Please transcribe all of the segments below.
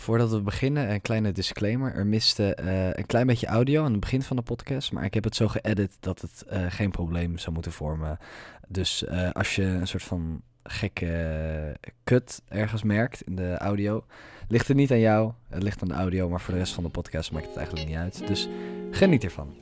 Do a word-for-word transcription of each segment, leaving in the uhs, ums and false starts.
Voordat we beginnen, een kleine disclaimer. Er miste uh, een klein beetje audio aan het begin van de podcast, maar ik heb het zo geëdit dat het uh, geen probleem zou moeten vormen. Dus uh, als je een soort van gekke uh, kut ergens merkt in de audio, ligt het niet aan jou, het ligt aan de audio, maar voor de rest van de podcast maakt het eigenlijk niet uit. Dus geniet ervan.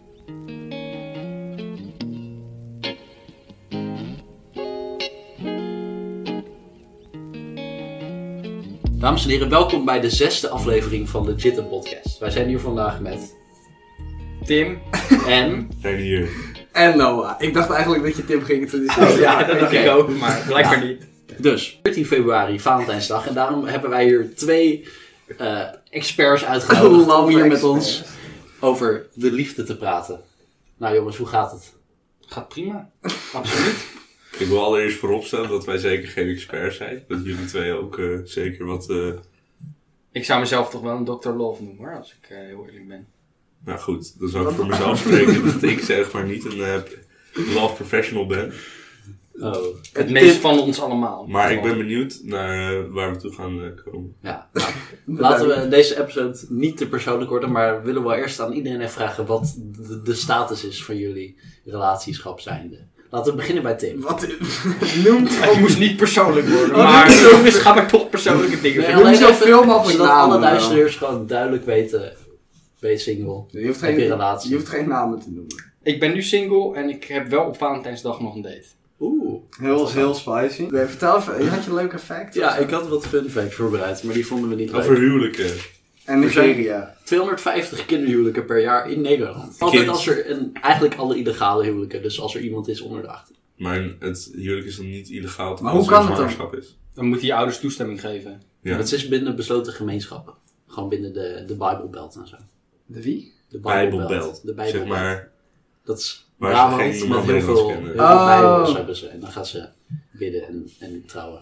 Dames en heren, welkom bij de zesde aflevering van de Jitten Podcast. Wij zijn hier vandaag met Tim en... Renier. En Noah. Ik dacht eigenlijk dat je Tim ging introduceren. Oh, ja, dat okay. ik ook, maar blijkbaar ja. niet. Dus, veertien februari, Valentijnsdag. En daarom hebben wij hier twee uh, experts uitgenodigd om hier met ons over de liefde te praten. Nou jongens, hoe gaat het? Gaat prima, absoluut. Ik wil allereerst vooropstellen dat wij zeker geen experts zijn. Dat jullie twee ook uh, zeker wat... Uh... Ik zou mezelf toch wel een dokter Love noemen hoor, als ik uh, heel eerlijk ben. Nou goed, dan zou ik voor mezelf spreken dat ik zeg maar niet een uh, love professional ben. Oh. Het, het meest tip. Van ons allemaal. Maar ik ben benieuwd naar uh, waar we toe gaan uh, komen. Ja, nou, laten we deze episode niet te persoonlijk worden, maar willen we wel eerst aan iedereen even vragen wat de, de status is van jullie relatieschap zijnde. Laten we beginnen bij Tim. Wat noemt Het moest niet persoonlijk worden, oh, maar jongens gaan we toch persoonlijke dingen nee, Noem zoveel mogelijk zodat namen. alle luisteraars gewoon duidelijk weten, ben je single, je hoeft heb geen, je relatie. Je hoeft geen namen te noemen. Ik ben nu single en ik heb wel op Valentijnsdag nog een date. Oeh. Heel, heel spicy. Nee, vertel even, had je een leuke fact? Ja, ik had wat fun facts voorbereid, maar die vonden we niet leuk. Over huwelijken. En Nigeria. tweehonderdvijftig kinderhuwelijken per jaar in Nederland. Altijd als er een, eigenlijk alle illegale huwelijken, dus als er iemand is onder de achttien. Maar het huwelijk is dan niet illegaal maar hoe kan het dan? Is. Dan moet je ouders toestemming geven. Ja. Het is binnen besloten gemeenschappen. Gewoon binnen de, de Bijbelbelt en zo. De wie? De Bijbelbelt. Bijbelbelt. De Bijbelbelt. Zeg maar... Dat is waar Brabant ze geen met heel veel, heel veel oh. Bijbels hebben ze. En dan gaan ze bidden en, en trouwen.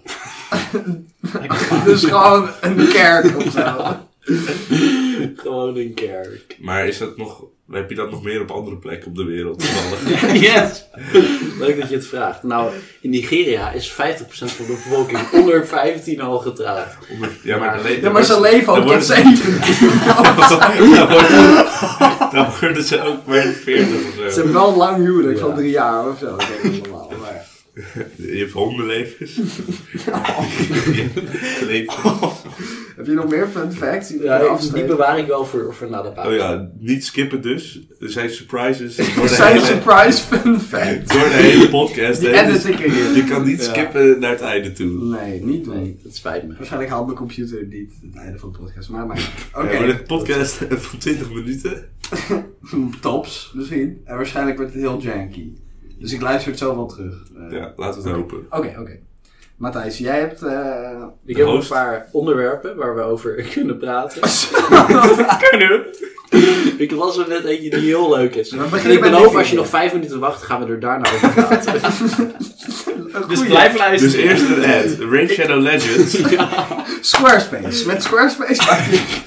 Dus gewoon een kerk of zo. Gewoon een kerk. Maar is dat nog... Heb je dat nog meer op andere plekken op de wereld? Yes! Leuk dat je het vraagt. Nou, in Nigeria is vijftig procent van de bevolking onder vijftien al getrouwd. Ja, maar, le- ja, maar ze leven ook tot zeventien. Dan worden ze ook maar veertig of zo. Ze hebben wel een lang huwelijk, van ja. drie jaar of zo. Dat denk ik normaal. Maar... Je hebt hondenlevens. Levens. Heb je nog meer fun facts? Die, ja, die bewaar ik wel voor, voor na de pauze. Oh ja, niet skippen dus. Er zijn surprises. Er zijn hele, surprise fun facts. Door de hele podcast. Die edit ik erin. Je kan niet ja. skippen naar het einde toe. Nee, niet doen. Nee, dat spijt me. Waarschijnlijk haalt mijn computer niet het einde van de podcast. Maar, maar oké. Okay. Ja, maar de podcast van twintig minuten. Tops, misschien. En waarschijnlijk wordt het heel janky. Dus ik luister het zo wel terug. Uh, ja, laten we het hopen. Oké, okay, oké. Okay. Matthijs, jij hebt... Uh, ik heb host. een paar onderwerpen waar we over kunnen praten. Kunnen we? Ik las er net eentje die heel leuk is. En ik beloof, als je nog vijf minuten wacht, gaan we er daarna over praten. Dus blijf luisteren. Dus eerst een ad. Raid Shadow Legends. Ja. Squarespace. Met Squarespace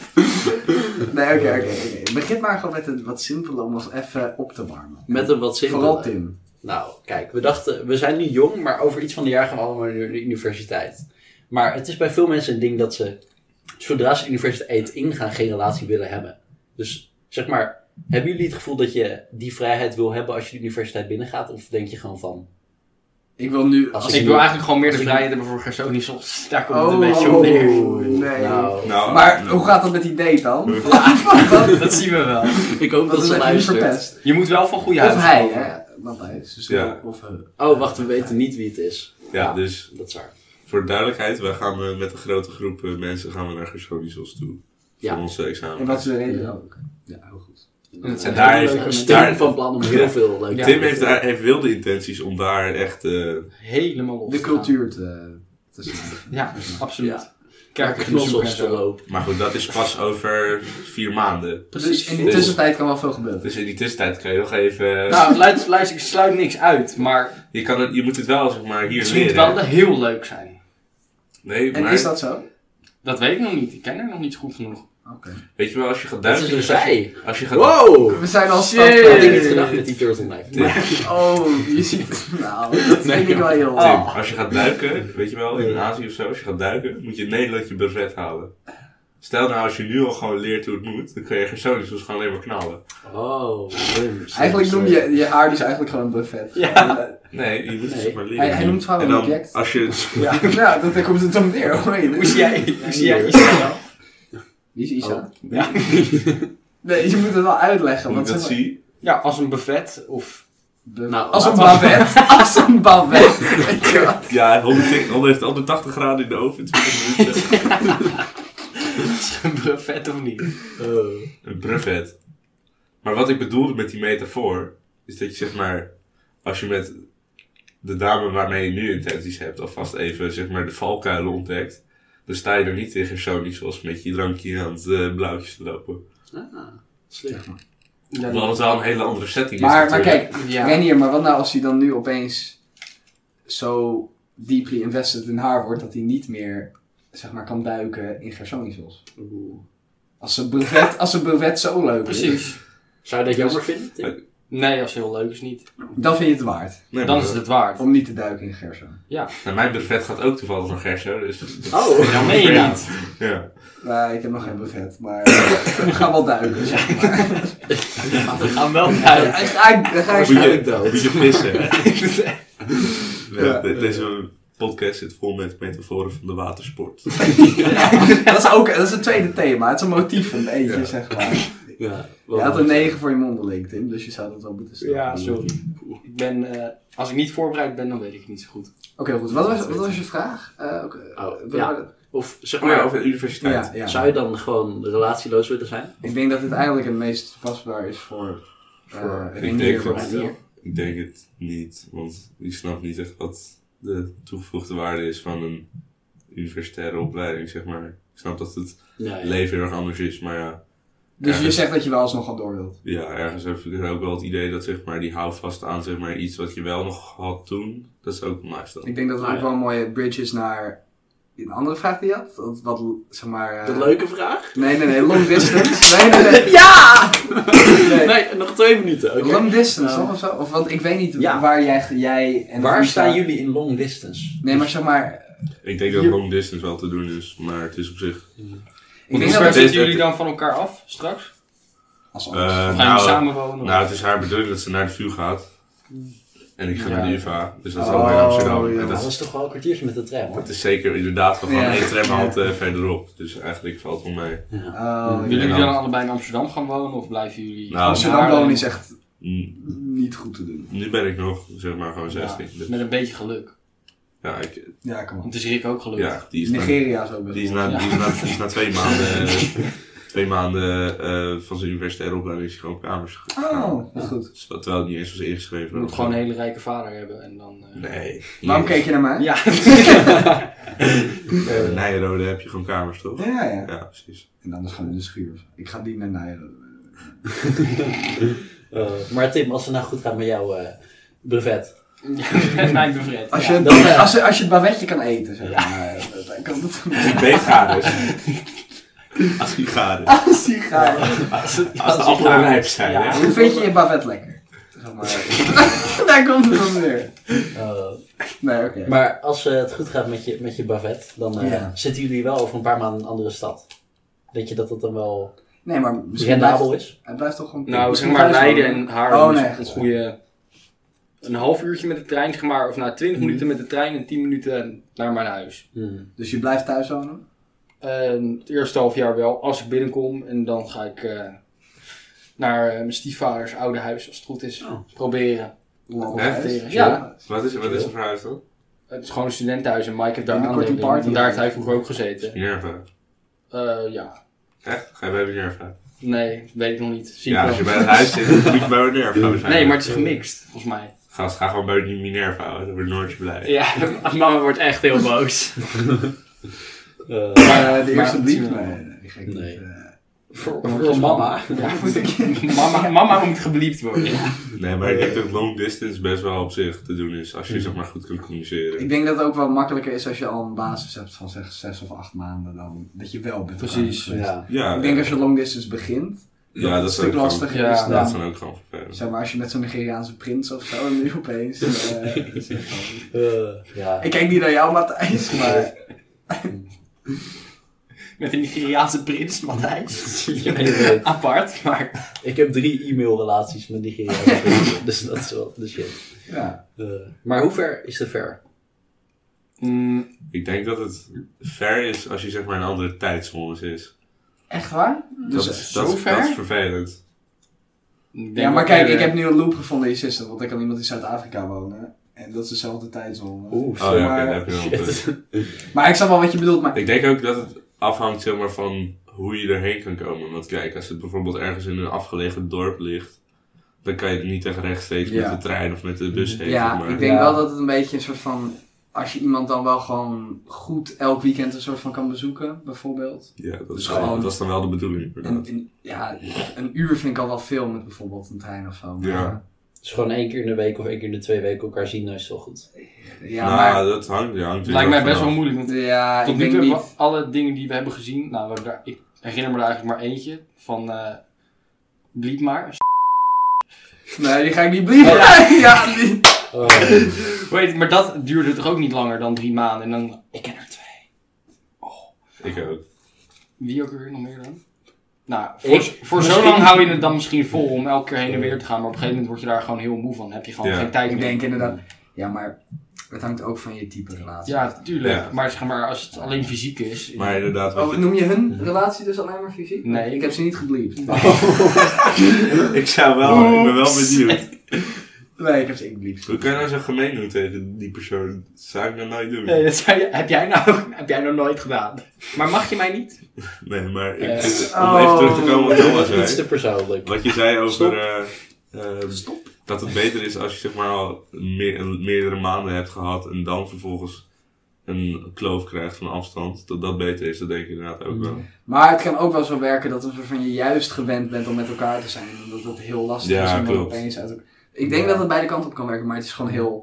Nee, oké, okay, oké. Okay, okay. Begin maar gewoon met een wat simpeler om ons even op te warmen. Met een wat simpeler. Vooral Tim. Nou, kijk, we dachten, we zijn nu jong, maar over iets van een jaar gaan we allemaal naar de universiteit. Maar het is bij veel mensen een ding dat ze, zodra ze de universiteit ingaan, geen relatie willen hebben. Dus, zeg maar, hebben jullie het gevoel dat je die vrijheid wil hebben als je de universiteit binnengaat? Of denk je gewoon van... Ik wil nu... Als ik, ik wil eigenlijk gewoon meer de vrijheid hebben voor Gersonisos. Daar komt oh, het een beetje op neer. Nee. Nou, nou, maar nou. Hoe gaat dat met die date dan? Ja, dat zien we wel. Ik hoop dat, dat ze luistert. Je moet wel van goede huis Of hij, hè? Matthijs. Dus ja. Of uh, oh, wacht, we weten niet wie het is. Ja, ja dus... Dat is waar. Voor de duidelijkheid, wij gaan uh, met een grote groep uh, mensen gaan we naar Gersonisos toe. Ja. Voor onze examen. En wat is de reden dan ook? Ja, heel goed. En het zijn daar heeft Tim van plan om heel ja. veel leuke ja. Tim heeft, daar, heeft wilde intenties om daar echt... Uh, helemaal los de cultuur te, te snijden. Ja, absoluut. Ja. Kerkenknossels te lopen. Maar goed, dat is pas over vier maanden. Precies. Dus in die dus, tussentijd kan wel veel gebeuren. Dus in die tussentijd kan je nog even... Nou, luister, luister ik sluit niks uit, maar... Je, kan het, je moet het wel, zeg maar, hier het leren. Het moet wel heel leuk zijn. Nee, en maar... is dat zo? Dat weet ik nog niet. Ik ken er nog niet goed genoeg. Okay. Weet je wel, als je gaat duiken... Dat is een zij. Als je gaat... Wow! We zijn al stad. Dat had ik niet gedacht met die turtleneck. Oh, je ziet het. Nou, dat nee, vind ik wel heel... Tim, als je gaat duiken, weet je wel, in Azië of zo, als je gaat duiken, moet je in Nederland je brevet halen. Stel nou, als je nu al gewoon leert hoe het moet, dan kun je Gersonisos gewoon alleen maar knallen. Oh, slim. Eigenlijk noem je je haar dus eigenlijk gewoon een buffet. Ja. Nee, je moet het Nee. zeg maar leren. Hij, hij noemt het gewoon En een dan, object. als je... Ja, nou, dat, daar komt het dan neer. Hoor. Hoe zie jij, hoe zie jij Isa? Wie is Isa? Ja. Nee, je moet het wel uitleggen. Hoe ik Want dat zeg maar- zie... ja, als een buffet of... de- Nou, als een laten bavet. Als een bavet. Weet je wat? Ja, honderd, honderdtachtig graden in de oven, twintig minuten. een buffet of niet? Een brevet. Maar wat ik bedoelde met die metafoor, is dat je zeg maar, als je met de dame waarmee je nu intenties hebt, alvast even zeg maar de valkuilen ontdekt, dan sta je er niet in Gersonisos met je drankje aan het uh, blauwtjes te lopen. Ah, slim. Ja, Omdat het wel een hele andere setting Maar, is maar natuurlijk. kijk, Ja. Renier, maar wat nou als hij dan nu opeens zo deeply invested in haar wordt, dat hij niet meer, zeg maar, kan duiken in Gersonisos? Oeh. Als een brevet, als een brevet zo leuk is, Precies. Zou je dat jammer vinden, Tim? Nee, als het heel leuk is niet. dan vind je het waard Nee, Dan maar is het het waard. om niet te duiken in Gerso. Ja. Nou, mijn brevet gaat ook toevallig naar Gerso, dus... Oh, Dan meen je Ja. niet. Ja. Nou, ik heb nog geen brevet, maar we gaan wel duiken. Zeg maar. We gaan wel Dan duiken. ga ik, dan ga ik Moet je, duiken dood. moet je vissen, hè? Ja, Ja. de- deze podcast zit vol met metaforen van de watersport. Dat is ook dat is het tweede thema. Het is een motief van eentje, Ja. zeg maar. Ja, Je had een negen voor je mondeling, Tim, dus je zou dat wel moeten stellen. Ja, sorry. Ik ben, eh, als ik niet voorbereid ben, dan weet ik het niet zo goed. Oké, goed. Wat was, wat was je vraag? Uh, okay. Oh, Wat- ja. wat- Of zeg Oh ja, maar, over de universiteit. ja, ja. zou je dan gewoon relatieloos willen zijn? Ik denk dat dit eigenlijk het meest toepasbaar is voor uh, Voor- Ik Renier denk, momenteel. het, ik denk het niet, want ik snap niet echt wat de toegevoegde waarde is van een universitaire opleiding, zeg maar. Ik snap dat het Ja, ja. leven heel erg anders is, maar ja, Dus je ergens- zegt dat je wel alsnog al door wilt. ja, ergens heb ik ook wel het idee dat zeg maar, die houvast aan zeg maar, iets wat je wel nog had toen, dat is ook nice dan. Ik denk dat het Ah, ook ja. wel een mooie bridge is naar een andere vraag die je had. Wat, wat zeg maar... eh, De leuke vraag? Nee, nee, nee. Long distance. Nee, nee, nee. Ja! Nee. Nee, nog twee minuten. oké. Long distance, Nou. toch? Of zo? Of, want ik weet niet Ja. waar jij, jij en Waar Visa- staan jullie in long distance? Nee, maar zeg maar... Ik denk dat Je- long distance wel te doen is, maar het is op zich... Ik Dus denk waar dat het- zitten jullie dan van elkaar af straks? Als Eh, anders. Of gaan nou, jullie samenwonen? Nou, het is haar bedoeling dat ze naar de V U gaat. En ik ga Ja. naar de U vA, dus dat is Oh, allemaal in Amsterdam. ja. En Dat dat, is, is toch wel een kwartiertje met de tram, hoor. dat is zeker inderdaad wel gewoon Ja. één tramhalte verderop. Dus eigenlijk valt het wel mee. Ja. Oh, Willen ja. jullie dan- dan allebei in Amsterdam gaan wonen of blijven jullie... Nou, Amsterdam Haarlem? wonen is echt Mm, niet goed te doen. Nu ben ik nog, zeg maar, gewoon Ja, zestien. Dus, met een beetje geluk. ja, ik, Ja, kom op. Want het is Rick ook gelukt. ja, die is na, Nigeria is ook best die is wel. na, die is na, die is na twee maanden, twee maanden eh, van zijn universitaire opleiding is hij gewoon op kamers gegaan. Oh, dat is goed. Dus, terwijl het niet eens was ingeschreven. Je moet gewoon een hele rijke vader hebben en dan... eh, Nee. Waarom Yes. keek je naar mij? Ja. Ja, in Nijrode heb je gewoon kamers, toch? Ja, ja. Ja, precies. En anders gewoon in de schuur. Ik ga niet naar Nijrode. Uh, maar Tim, als het nou goed gaat met jouw uh, brevet. Ja, ik ben Fred. Als Ja. je, dat, eh, als, je, als je het bavetje kan eten, zeg maar. Dan kan het. Als ik beet ga dus. Als die gaat dus. Als die gaat. Als, als de appelen rijp zijn, Ja. hè? Hoe vind je je bavet lekker? Zeg maar. Daar komt het dan weer. Uh, Nee, oké. maar als uh, het goed gaat met je, met je bavet, dan uh, Ja. zitten jullie wel over een paar maanden in een andere stad. Denk je dat dat dan wel Nee, maar misschien rendabel blijft, is? het blijft toch gewoon... Nou, zeg misschien maar thuis Leiden wonen. en Haarlem Oh, is nee. een goede... Een half uurtje met de trein, zeg maar, of nou twintig Mhm. minuten met de trein en tien minuten naar mijn huis. Hmm. Dus je blijft thuis wonen? En het eerste half jaar wel, als ik binnenkom. En dan ga ik eh, naar eh, mijn stiefvaders oude huis, als het goed is, Oh. proberen. Lang Hè? thuis? Ja. Wat is, wat is er voor huis dan? Het is gewoon een studentenhuis en Mike heeft daar Binnenkort een aandelen in. party. En daar heeft hij vroeger ook gezeten. Minerva. Eh, ja. Echt? Ga je bij Minerva? Nee, weet ik nog niet. Zie ik Ja, wel. als je bij het huis zit, dan moet je bij Minerva zijn. Nee, maar het is gemixt, volgens mij. Gast, ga gewoon bij die Minerva, dan wordt Noortje blij. Ja, mama wordt echt heel boos. Uh, Maar eh, de eerste Maar- liefde? Nee, nee, die ga ik Nee. niet. eh, voor, voor mama. Ja, mama, mama moet gebliept worden. Nee, maar ik denk dat long distance best wel op zich te doen is, als je zeg maar goed kunt communiceren. Ik denk dat het ook wel makkelijker is als je al een basis hebt van zeg zes of acht maanden dan dat je wel bent. Precies, Ja. Ja, Ik denk als je long distance begint, dat ja, het dat een is stuk ook gewoon, lastiger Ja, is dat dan, is dan ook gewoon vervelend. zeg maar, als je met zo'n Nigeriaanse prins of zo en nu opeens... eh, Uh, ja. ik kijk niet naar jou, Matthijs, maar... met een Nigeriaanse prins, Matthijs. Ja, je weet. Apart, maar... Ik heb drie e-mailrelaties met Nigeriaanse mensen, dus dat is wel de shit. Ja. Uh, maar hoe ver is te ver? Mm, Ik denk dat het ver is als je zeg maar in andere tijdzones is. Echt waar? Dus dat, is, zo dat, is- ver? dat is vervelend. ik denk Ja, maar ook kijk, eerder- ik heb nu een loop gevonden in je system, want ik kan iemand in Zuid-Afrika wonen. En dat is dezelfde tijdzone. Oeh, Oh ja, maar- oké, daar heb je wel een punt. shit. Maar ik snap wel wat je bedoelt, maar... Ik denk ook dat het afhangt zeg maar, van hoe je erheen kan komen. Want kijk, als het bijvoorbeeld ergens in een afgelegen dorp ligt, dan kan je er niet echt rechtstreeks Ja. met de trein of met de bus heen. Ja, maar. ik denk Ja. wel dat het een beetje een soort van... Als je iemand dan wel gewoon goed elk weekend een soort van kan bezoeken, bijvoorbeeld. Ja, dat is, Dus wel- gewoon- dat is dan wel de bedoeling. En, inderdaad. en- ja, een uur vind ik al wel veel met bijvoorbeeld een trein of zo. Maar, Ja. Dus gewoon één keer in de week of één keer in de twee weken elkaar zien, dan is het wel goed. Ja, nou, maar... dat hangt, ja, hangt Het lijkt mij best wel vanaf. moeilijk, want Ja, tot ik nu denk toe niet... hebben we alle dingen die we hebben gezien, nou, we hebben daar, ik herinner me er eigenlijk maar eentje, van eh Bliep maar. Nee, die ga ik niet blieven. Ja, die... Oh, Weet, maar dat duurde toch ook niet langer dan drie maanden en dan, ik ken er twee. Ik ook. Wie ook weer nog meer dan? Nou, voor, Ik- voor zo misschien- lang hou je het dan misschien vol om elke keer heen en weer te gaan, maar op een gegeven moment word je daar gewoon heel moe van. Heb je gewoon Ja. geen tijd Ik meer. denk inderdaad... Ja, maar het hangt ook van je type relatie. Ja, tuurlijk. Ja. Maar zeg maar, als het alleen fysiek is. Maar inderdaad, wat Oh, je- noem je hun relatie dus alleen maar fysiek? Nee. Ik heb ze niet gebliept. ik zou wel, ik ben wel benieuwd. Nee, ik heb ze niet gebliept. Hoe kan je nou zo gemeen doen tegen die persoon? Dat zou ik nou nooit doen. Nee, dat zou je, heb, jij nou, heb jij nou nooit gedaan. Maar mag je mij niet? Nee, maar ik, Eh. om even terug te komen op wat Noah iets te zei. persoonlijk. Wat je zei over Stop. eh, ehm, dat het beter is als je zeg maar al meer, een- meerdere maanden hebt gehad en dan vervolgens een kloof krijgt van afstand. Dat dat beter is, dat denk ik inderdaad ook wel. Maar het kan ook wel zo werken dat een soort van je juist gewend bent om met elkaar te zijn. En dat het heel lastig Ja, is om dan klopt. opeens uit elkaar... Ik denk Ja. dat het beide kanten op kan werken, maar het is gewoon heel...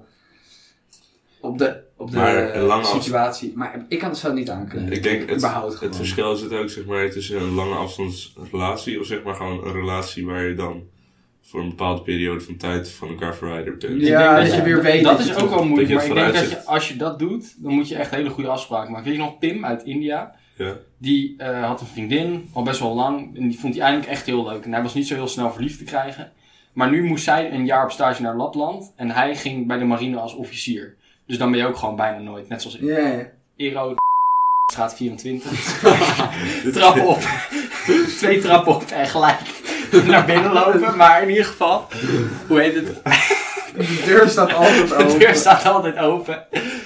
Op de, op de Maar een lange afstand- situatie. Maar ik kan het zo niet aankunnen. Ik denk het, Überhaupt het gewoon. verschil zit ook zeg maar, tussen een lange afstandsrelatie of zeg maar gewoon een relatie waar je dan voor een bepaalde periode van tijd van elkaar verwijderd bent. Ja, Ik denk dat je weer weet Dat dat is je ook wel dat moeilijk, je maar het ik denk dat vooruitzicht- je, als je dat doet, dan moet je echt hele goede afspraken maken. Weet je nog, Pim uit India? Ja. Die eh, had een vriendin, al best wel lang, en die vond hij eigenlijk echt heel leuk. En hij was niet zo heel snel verliefd te krijgen. Maar nu moest zij een jaar op stage naar Lapland en hij ging bij de marine als officier. Dus dan ben je ook gewoon bijna nooit, net zoals ik. Ja, ja. Ero, straat vierentwintig. Trap op. Twee trappen op en gelijk naar binnen lopen. Maar in ieder geval, hoe heet het? De deur staat altijd De open. deur staat altijd open.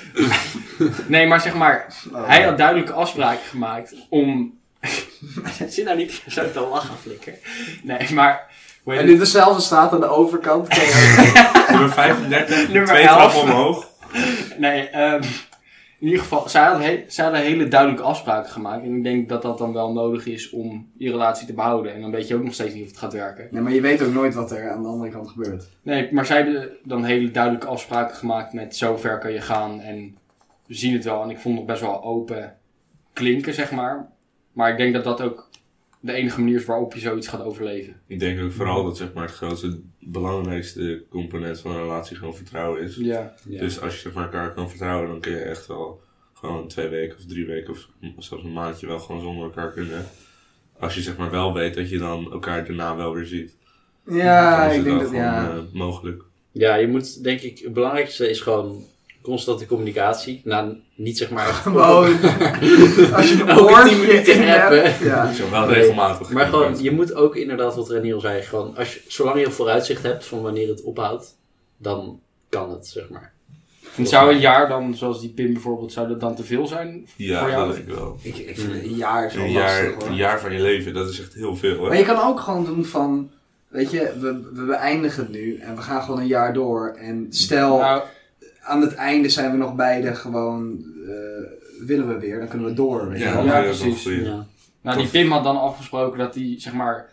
Nee, maar zeg maar, Oh. hij had duidelijke afspraken gemaakt om... Zit nou niet zo te lachen, flikker. Nee, maar... Hoe heet En het? in dezelfde straat aan de overkant. Kan je Nummer vijfendertig, Nummer twee elf. trappen omhoog. Nee, ehm, in ieder geval, zij hadden, he- zij hadden hele duidelijke afspraken gemaakt. En ik denk dat dat dan wel nodig is om je relatie te behouden. En dan weet je ook nog steeds niet of het gaat werken. nee, maar je weet ook nooit wat er aan de andere kant gebeurt. Nee, maar zij hebben dan hele duidelijke afspraken gemaakt met zo ver kan je gaan. En we zien het wel. En ik vond het best wel open klinken, zeg maar. Maar ik denk dat dat ook de enige manier is waarop je zoiets gaat overleven. Ik denk ook vooral dat zeg maar, het grootste, belangrijkste component van een relatie gewoon vertrouwen is. Ja. Ja. Dus als je zeg maar, elkaar kan vertrouwen, dan kun je echt wel gewoon twee weken of drie weken of zelfs een maandje wel gewoon zonder elkaar kunnen. Als je zeg maar wel weet dat je dan elkaar daarna wel weer ziet. Ja, dan is ik het denk wel dat, gewoon, ja. eh, mogelijk. Ja, je moet, denk ik, het belangrijkste is gewoon constante communicatie. Nou, niet zeg maar... Gewoon, als je een Elke tien oortje minuten in appen. hebt. Ja. Zo wel Nee, regelmatig. Maar gewoon, je moet ook inderdaad, wat Reniel zei, gewoon, als je, zolang je vooruitzicht hebt van wanneer het ophoudt, dan kan het, zeg maar. En zou een jaar dan, zoals die Pim bijvoorbeeld, zou dat dan te veel zijn voor Ja, jou? dat denk ik wel. Ik, ik vind een jaar is wel Een lastig jaar, hoor. een jaar van je leven, dat is echt heel veel. Maar Hè? je kan ook gewoon doen van, weet je, we, we beëindigen het nu en we gaan gewoon een jaar door. En stel, Nou, aan het einde zijn we nog beide gewoon, eh, willen we weer, dan kunnen we door. Weet je Ja, wel. Ja, dat is wel precies. een goeie. Ja. nou, die Pim had dan afgesproken dat hij, zeg maar,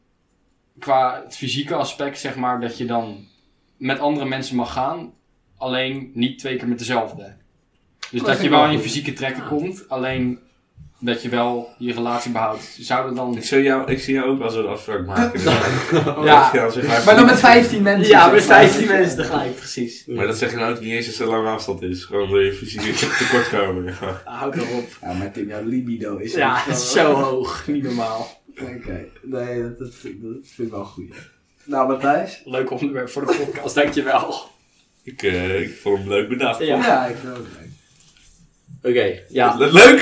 qua het fysieke aspect, zeg maar, dat je dan met andere mensen mag gaan, alleen niet twee keer met dezelfde. Dus dat dat, vind je ik wel wel in je goed. fysieke trekken Ja. komt, alleen dat je wel je relatie behoudt. Zouden dan... Ik, zou jou, ik zie jou ook wel zo'n afspraak maken. Ja. Ja, zeg maar, Maar dan met vijftien mensen. Ja, met vijftien mensen tegelijk, precies. Maar dat zeg je nou ook niet eens als er lange afstand is. Gewoon door je fysieke tekortkomen. Ja. Houd erop. Ja, maar Tim, jouw libido is... Ja, echt het is wel- zo hoog. Niet normaal. Oké, nee, dat, dat, vind- dat vind ik wel goed. Nou, Matthijs? Leuk onderwerp voor de podcast, dankjewel. Ik, uh, ik vond hem leuk bedacht. Ja. Ja, ik vind het ook leuk. Oké, ja. Le- Leuk!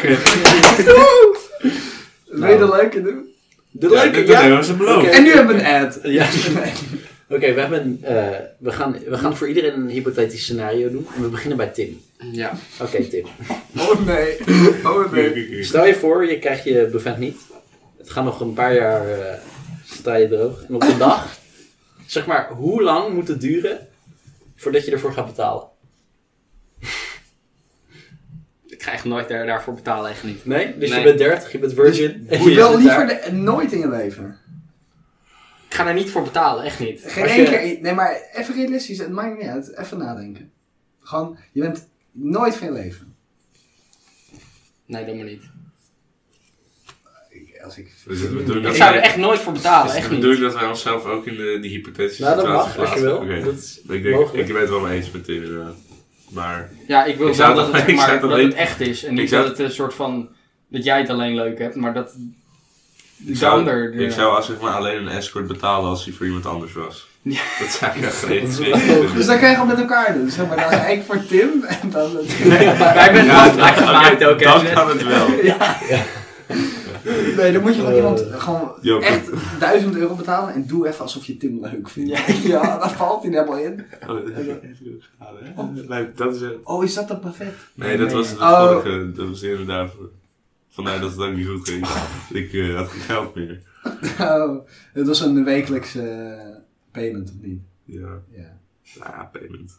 Wil je de leuke doen? De Ja, leuke, dit ja. hebben we ze beloofd. Oké. En nu hebben we een ad. Ja. Oké, we hebben, eh, we, gaan, we gaan voor iedereen een hypothetisch scenario doen. En we beginnen bij Tim. Ja. Oké, Tim. Oh nee. Oh nee. Stel je voor, je krijgt je buffet niet. Het gaat nog een paar jaar uh, sta je droog. En op de dag, zeg maar, hoe lang moet het duren voordat je ervoor gaat betalen? Ik krijg nooit daar, daarvoor betalen, echt niet. Nee? Dus Nee. je bent dertig, je bent virgin. en Moet je wel zit liever daar. de, nooit in je leven. Ik ga er niet voor betalen, echt niet. Geen Als één je- keer... Nee, maar even realistisch. Het maakt niet uit. Even nadenken. Gewoon, je bent nooit van je leven. Nee, doe maar niet. Ik- Als ik... Dus het bedoeling Ik dat zou er wij- echt nooit voor betalen, is echt het niet. bedoeling dat wij onszelf ook in de, die hypothetische Nou, dat situatie mag, als je wil. plaatsen? Oké. Dat is Ik, denk, mogelijk. ik ben het wel mee eens met Tim inderdaad. Maar Ja, ik wil Ik wel zou dat dat- het, zeg ik zou maar, dat dat alleen- het echt is. En ik niet zou- dat het een soort van... Dat jij het alleen leuk hebt, maar dat ik de zou, ander... de- ik zou als, zeg maar, alleen een escort betalen als hij voor iemand anders was. Ja. Dat zou ik echt Dat is geen wel- Dus dan kan je gewoon met elkaar doen. Zeg maar, dan ga ik voor Tim en dan... Wij hebben een afspraak gemaakt ook, hè. Dan kan het wel. Nee, dan moet je gewoon Eh, iemand gewoon Jo, echt duizend euro betalen en doe even alsof je Tim leuk vindt. Ja. Ja, dan valt hij er helemaal in. Oh, dat heb ik even ook gedaan, hè? Nee, dat is het. Oh, is dat dan perfect? Nee, dat was de Oh. vorige. Dat was inderdaad voor. Vandaar dat het ook niet goed ging. Ik eh, had geen geld meer. Oh, het was een wekelijkse eh, payment of niet? Ja, Ja. nou ja, payment.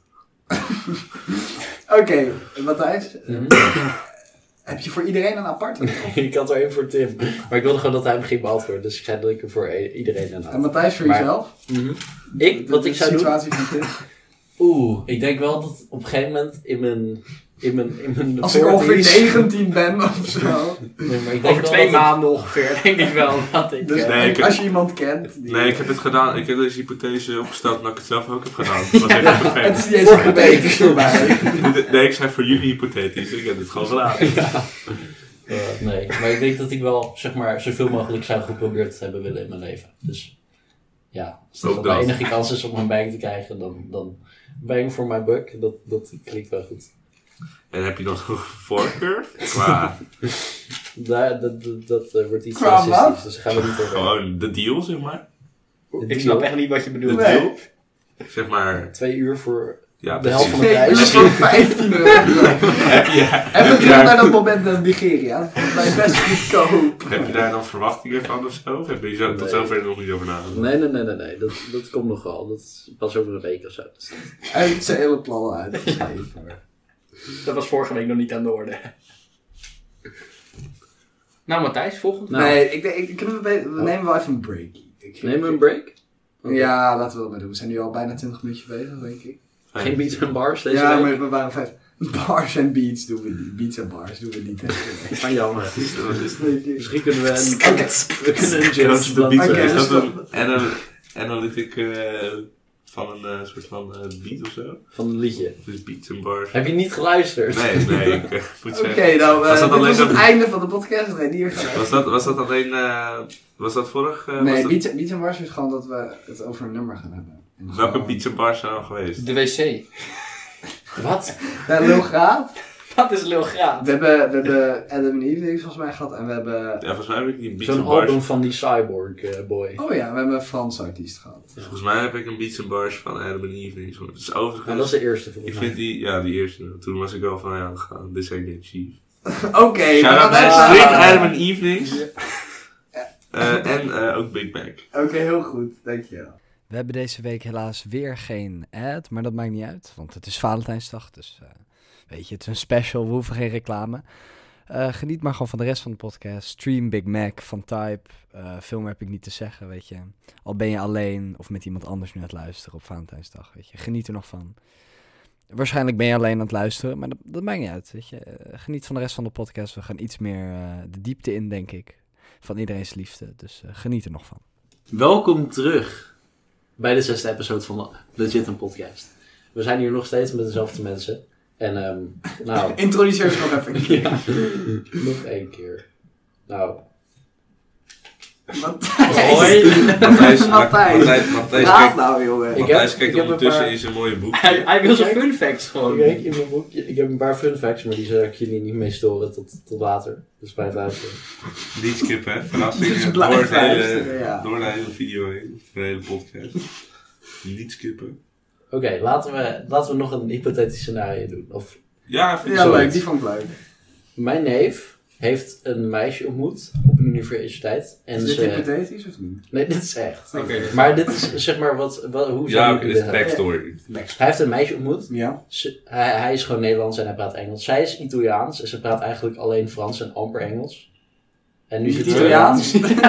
Oké, Matthijs, Mhm. heb je voor iedereen een aparte? Ik had er één voor Tim. Maar ik wilde gewoon dat hij hem ging beantwoorden. Dus ik zei dat ik er voor e- iedereen een En had. Matthijs voor Maar- jezelf? Mhm. Ik, wat De- ik zou De doen? situatie van Tim. Oeh, ik denk wel dat op een gegeven moment in mijn... In mijn, in mijn Als ik ongeveer veertiger negentien ben of zo. Nee, maar ik denk Over wel twee dat ik- maanden ongeveer, denk ik wel. Dat ik, Dus eh, Nee, ik heb- als je iemand kent. Die... Nee, ik heb het gedaan. Ik heb deze hypothese opgesteld omdat ik het zelf ook heb gedaan. Dat was echt Het perfect. is niet eens Vorige week. hypothetisch voor mij. Nee, ik zei voor jullie hypothetisch. Ik heb dit gewoon gedaan. Eh, nee, maar ik denk dat ik wel, zeg maar, zoveel mogelijk zou geprobeerd hebben willen in mijn leven. Dus ja, als dat Ook wel de dat. enige kans is om een bang te krijgen, dan, dan bang voor mijn buck. Dat, dat klinkt wel goed. En heb je dan nog een voorkeur? Qua Daar, dat dat, dat eh, wordt iets Qua racistisch, wat? dus daar gaan we niet over. gewoon de deal, zeg maar. De ik snap deal. echt niet wat je De bedoelt. Nee. deal. Zeg maar. Twee uur voor Ja, de helft van de Nee, prijs. dat is voor vijftien euro. Heb je, Even heb, je terug naar daar, dat moment in Nigeria. Volgens mij best goedkoop. heb je daar dan verwachtingen van of zo? Of heb je zo, tot Nee. zover er nog niet over nagedacht? Nee, nee, nee, nee, nee. Dat, dat komt nog wel. Dat is pas over een week of zo. Dus dat- Hij heeft zijn hele plannen uitgeschreven. Dat was vorige week nog niet aan de orde. Nou, Matthijs, volgend. Nou. Nee, ik denk, ik, kunnen we, be- we nemen wel even een break. Ik, Nemen we een break? Ja, laten we dat maar doen. We zijn nu al bijna twintig minuutjes bezig, denk ik. Geen beats en bars deze Ja, week? maar we waren vijf. Bars en beats doen we niet. Beats en bars doen we niet. deze week. Van jammer. Wat is dat? Wat is dat? Nee, Misschien kunnen we een, Oké. we kunnen een Dat jazz is de beat. Oké, Is dus dat een anal- analytic eh, van een eh, soort van eh, beat of zo? van een liedje. Dus beats en bars. Heb je niet geluisterd? Nee, nee, ik eh, moet Oké, zeggen. dan Was uh, dat dit alleen was het dat- einde van de podcast. Nee, hier gaan Was dat, was dat alleen. eh, was dat vorig? eh, was Nee, dat- beats, beats en bars is gewoon dat we het over een nummer gaan hebben. En Welke gewoon- beats en bars zijn dan geweest? De wc. Wat? Ja, Lil Graat. Dat is Lil Graat. We hebben, we hebben Adam and Eve volgens mij gehad. En we hebben... Ja, volgens mij heb ik die beats Zo'n en bars. album van die cyborg eh, boy. Oh ja, we hebben een Franse artiest gehad. Volgens mij heb ik een beats en bars van Adam and Eve. Dat is overigens. En dat is de eerste volgens Ik mij. vind die, ja, die eerste. Toen was ik wel van, ja, we gaan, dit zijn de chief. Oké, we Shout out gaan naar even- Stream Adam and Evenings. Eh, en eh, ook Big Mac. Oké, heel goed. Dankjewel. We hebben deze week helaas weer geen ad, maar dat maakt niet uit, want het is Valentijnsdag, dus eh, weet je, het is een special, we hoeven geen reclame. Eh, geniet maar gewoon van de rest van de podcast. Stream Big Mac van Type. Uh, veel meer heb ik niet te zeggen, weet je. Al ben je alleen of met iemand anders nu aan het luisteren op Valentijnsdag, weet je. Geniet er nog van. Waarschijnlijk ben je alleen aan het luisteren, maar dat, dat maakt niet uit. Weet je. Uh, geniet van de rest van de podcast. We gaan iets meer uh, de diepte in, denk ik. Van iedereen's liefde. Dus uh, geniet er nog van. Welkom terug bij de zesde episode van Legit een Podcast. We zijn hier nog steeds met dezelfde mensen. En um, nou... Introduceer ze nog even. Ja, nog één keer. Nou... Matthijs. Hoi. Matthijs, Matthijs. Matthijs, Matthijs Laat kijkt, nou, jongen. Ik Matthijs heb- kijkt ik heb ondertussen een paar- in zijn mooie boek. Hij, hij wil zijn Kijk. fun facts gewoon. Kijk, in mijn boekje. Ik heb een paar fun facts, maar die zal ik jullie niet mee storen tot, tot later. Dus bij het luisteren. Niet skippen, hè? Verrassingen. Dus door, blijf het hele, luisteren, ja. door de hele video heen. De hele podcast. Niet skippen. Oké, okay, laten, we, laten we nog een hypothetisch scenario doen. Of, Ja, vind ik Ja, zo. leuk. Die vond ik leuk. mijn neef heeft een meisje ontmoet op een universiteit. En Is dit ze... hypothetisch of niet? Nee, dit is echt. Oké, dus- Maar dit is zeg maar wat... wat hoe zou Ja, je oké, dit dit is hebben? backstory. Hij heeft een meisje ontmoet. Ja. Ze, hij, hij is gewoon Nederlands en hij praat Engels. Zij is Italiaans en ze praat eigenlijk alleen Frans en amper Engels. En nu zit ze- Italiaans?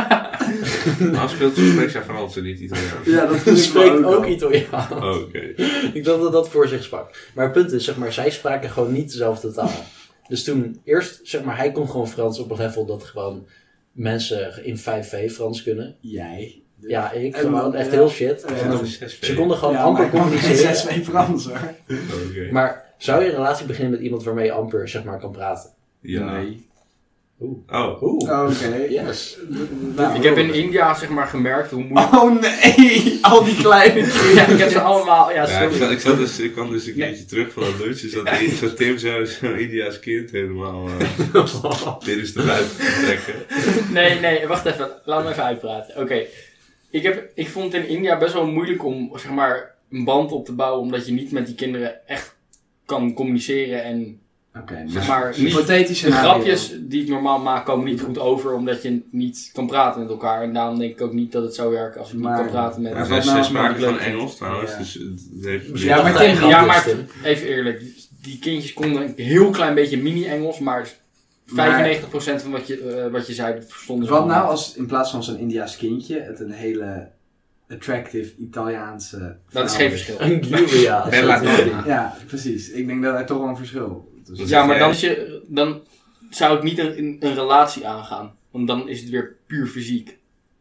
Nou speelt ze spreekt zij Frans en niet Italiaans. Ja, dat Ze vind ik spreekt wel ook wel. Italiaans. Oh, oké. Ik dacht dat dat voor zich sprak. Maar het punt is, zeg maar, zij spraken gewoon niet dezelfde taal. Dus toen, eerst, zeg maar, hij kon gewoon Frans op een level dat gewoon mensen in vijf V Frans kunnen. Jij. Ja, ik En gewoon dan, echt ja. heel shit. Ja. En Dat dan- is zes V. ze konden gewoon Ja, amper maar ik kan geen communiceren. zes V Frans hoor. Oh, oké. Maar zou je een relatie beginnen met iemand waarmee je amper, zeg maar, kan praten? Ja. Nee. Oeh. Oh. Oeh. Oké. Yes. Nou, Ik heb in India zeg maar gemerkt hoe moeilijk... Oh nee, al die kleine Ja, ik heb ze allemaal... Ja, Ja, ik, sorry. zat, ik, zat dus, ik kwam dus een keertje terug van dat lunch. Dus dat, dat Tim zo, zo India's kind helemaal uh, dit is de buiten te trekken. Nee, nee, wacht even. Laat me even uitpraten. Oké. Ik, heb, ik vond het in India best wel moeilijk om zeg maar een band op te bouwen. Omdat je niet met die kinderen echt kan communiceren. En Oké, zeg maar niet... hypothetisch De scenario. grapjes die ik normaal maak komen niet goed over. Omdat je niet kan praten met elkaar. En daarom denk ik ook niet dat het zou werken als ik Maar- niet kan praten met... Ja, wat zij, nou zij als spraken ik leuk van vind? Engels trouwens. Ja. Dus het heeft Ja, maar Dat Tim- hij Ja, een maar grapje is, even eerlijk. Die kindjes konden een heel klein beetje mini-Engels. Maar vijfennegentig procent van wat je, eh, wat je zei verstonden ze Wat gewoon nou niet. als in plaats van zo'n Indiaas kindje het een hele attractive Italiaanse Dat is vrouw geen verschil. Een Giulia. Bella Toni. Ja, precies. Ik denk dat er toch wel een verschil is. Dat Ja, maar jij- dan, is je, dan zou ik niet een, een, een relatie aangaan. Want dan is het weer puur fysiek.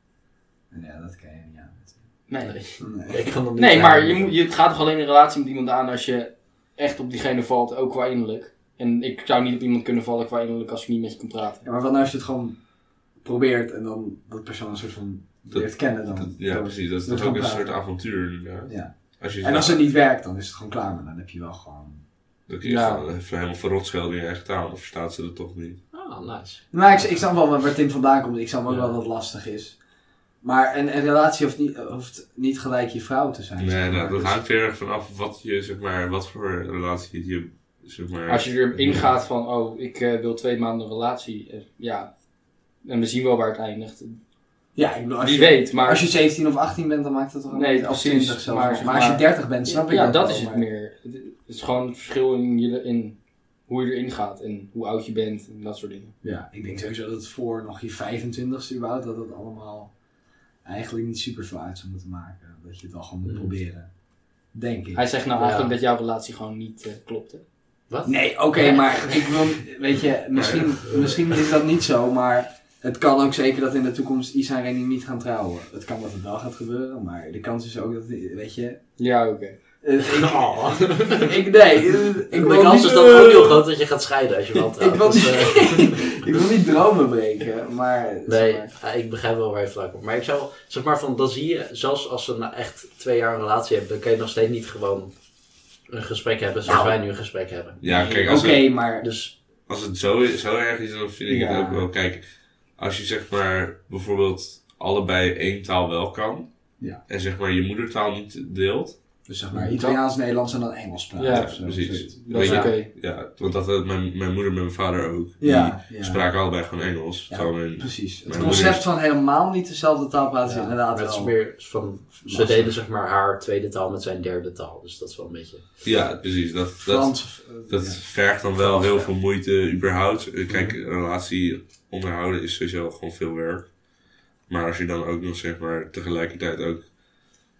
Ja, dat kan je niet aan. Nee, Nee. Nee. Ik kan dat niet nee maar zeggen. je, moet, je, het gaat toch alleen een relatie met iemand aan als je echt op diegene valt, ook qua innerlijk. En ik zou niet op iemand kunnen vallen qua innerlijk als ik niet met je kan praten. Ja, maar wat nou als je het gewoon probeert en dan dat persoon een soort van leert kennen dan. Dat- ja, Door- precies. Dat is door toch ook gewoon een soort praten. avontuur inderdaad. Ja. Als je En als het niet werkt, dan is het gewoon klaar, maar dan heb je wel gewoon... Dan kun je Ja. gewoon even helemaal verrot schelden in je eigen taal, dan verstaat ze het toch niet. Ah, nice. Maar ik, ik snap wel waar Tim vandaan komt, ik snap ook Ja. wel dat het lastig is. Maar een, een relatie hoeft niet, hoeft niet gelijk je vrouw te zijn. zeg Nee, maar. nou, dat Dus- hangt heel erg vanaf wat je, zeg maar, wat voor relatie je, zeg maar... Als je erin gaat van, oh, ik eh, wil twee maanden een relatie. eh, ja, en we zien wel waar het eindigt. Ja, ik bedoel, als Wie je, weet, maar... als je zeventien of achttien bent, dan maakt het toch wel Nee, niet, of precies, twintig zelfs maar nog. zeg Maar als je maar- dertig bent, snap ik ja, dat dat wel, is het maar- meer. Het is gewoon het verschil in, je, in hoe je erin gaat en hoe oud je bent en dat soort dingen. Ja, ik denk sowieso dat het voor nog je vijfentwintigste überhaupt, dat het allemaal eigenlijk niet super veel uit zou moeten maken. Dat je het wel gewoon moet Mm. proberen. Denk ik. Hij zegt nou Ja. eigenlijk dat jouw relatie gewoon niet eh, klopt. Hè? Wat? Nee, oké, maar ik wil, weet je, misschien, misschien is dat niet zo, maar het kan ook zeker dat in de toekomst Isa en Reni niet gaan trouwen. Het kan dat het wel gaat gebeuren, maar de kans is ook dat, weet je... Ja, oké. eh, ik, Oh. ik, nee, eh, ik De wil kans niet, is dan ook heel groot dat je gaat scheiden als je wel trouwt. Ik wil, Dus, eh, niet, ik wil niet dromen breken, maar... Nee, zeg maar- ja, ik begrijp wel waar je vandaan komt. Maar ik zou, zeg maar, van, dan zie je, zelfs als ze nou echt twee jaar een relatie hebben, dan kan je nog steeds niet gewoon een gesprek hebben zoals Nou. wij nu een gesprek hebben. Ja, kijk, Oké, als, het, maar... Dus, als het zo, zo erg is, dan vind ik Ja. het ook wel... Kijk, als je zeg maar bijvoorbeeld allebei één taal wel kan, Ja. en zeg maar je moedertaal niet deelt, Dus zeg maar Italiaans, Nederlands en dan Engels praten. Ja, of zo, precies. zoiets. Dat is Weet oké. je, ja, want dat had mijn, mijn moeder en mijn vader ook. Ja, Die ja. spraken allebei gewoon Engels. Ja, terwijl mijn- precies. Het mijn concept moeder van helemaal niet dezelfde taal praten is ja, inderdaad maar het is wel... meer van, ze lastig. deden zeg maar haar tweede taal met zijn derde taal. Dus dat is wel een beetje... Ja, precies. Dat, dat, Frans. of, eh, dat ja. vergt dan wel heel veel moeite überhaupt. Eh, Kijk, een relatie onderhouden is sowieso gewoon veel werk. Maar als je dan ook nog zeg maar tegelijkertijd ook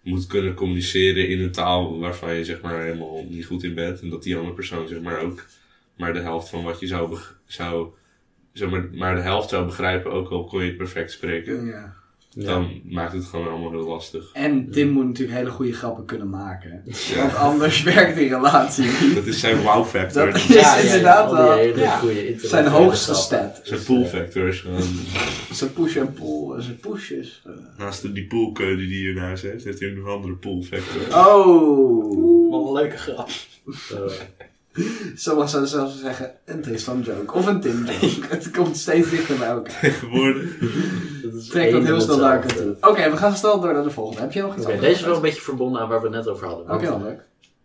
moet kunnen communiceren in een taal waarvan je zeg maar helemaal niet goed in bent. En dat die andere persoon zeg maar ook maar de helft van wat je zou, beg- zou zeg maar, maar de helft zou begrijpen, ook al kon je het perfect spreken. Ja. Dan maakt het gewoon allemaal heel lastig. En Tim moet natuurlijk hele goede grappen kunnen maken. Ja. Want anders werkt die relatie niet. Dat is zijn wow factor. Dat is Ja, ja, ja. inderdaad Al die wel hele Ja. goede internet- zijn hoogste grappen. stat. Zijn pool factor is gewoon... Zijn push en pull, zijn pushes. Naast de, die poolkeuze die hij in huis heeft, heeft hij een andere pool factor. Oh. Wat een leuke grap. Uh, Sommigen zouden zelfs zeggen een Tristan joke of een Tim joke. Het komt steeds dichter bij elkaar. Tegenwoordig. dat is Trek dat één heel en snel naar elkaar hetzelfde. toe. Oké, we gaan snel door naar de volgende. Heb je nog iets Oké, anders? deze is wel een beetje verbonden aan waar we het net over hadden. Oké, Want wel leuk.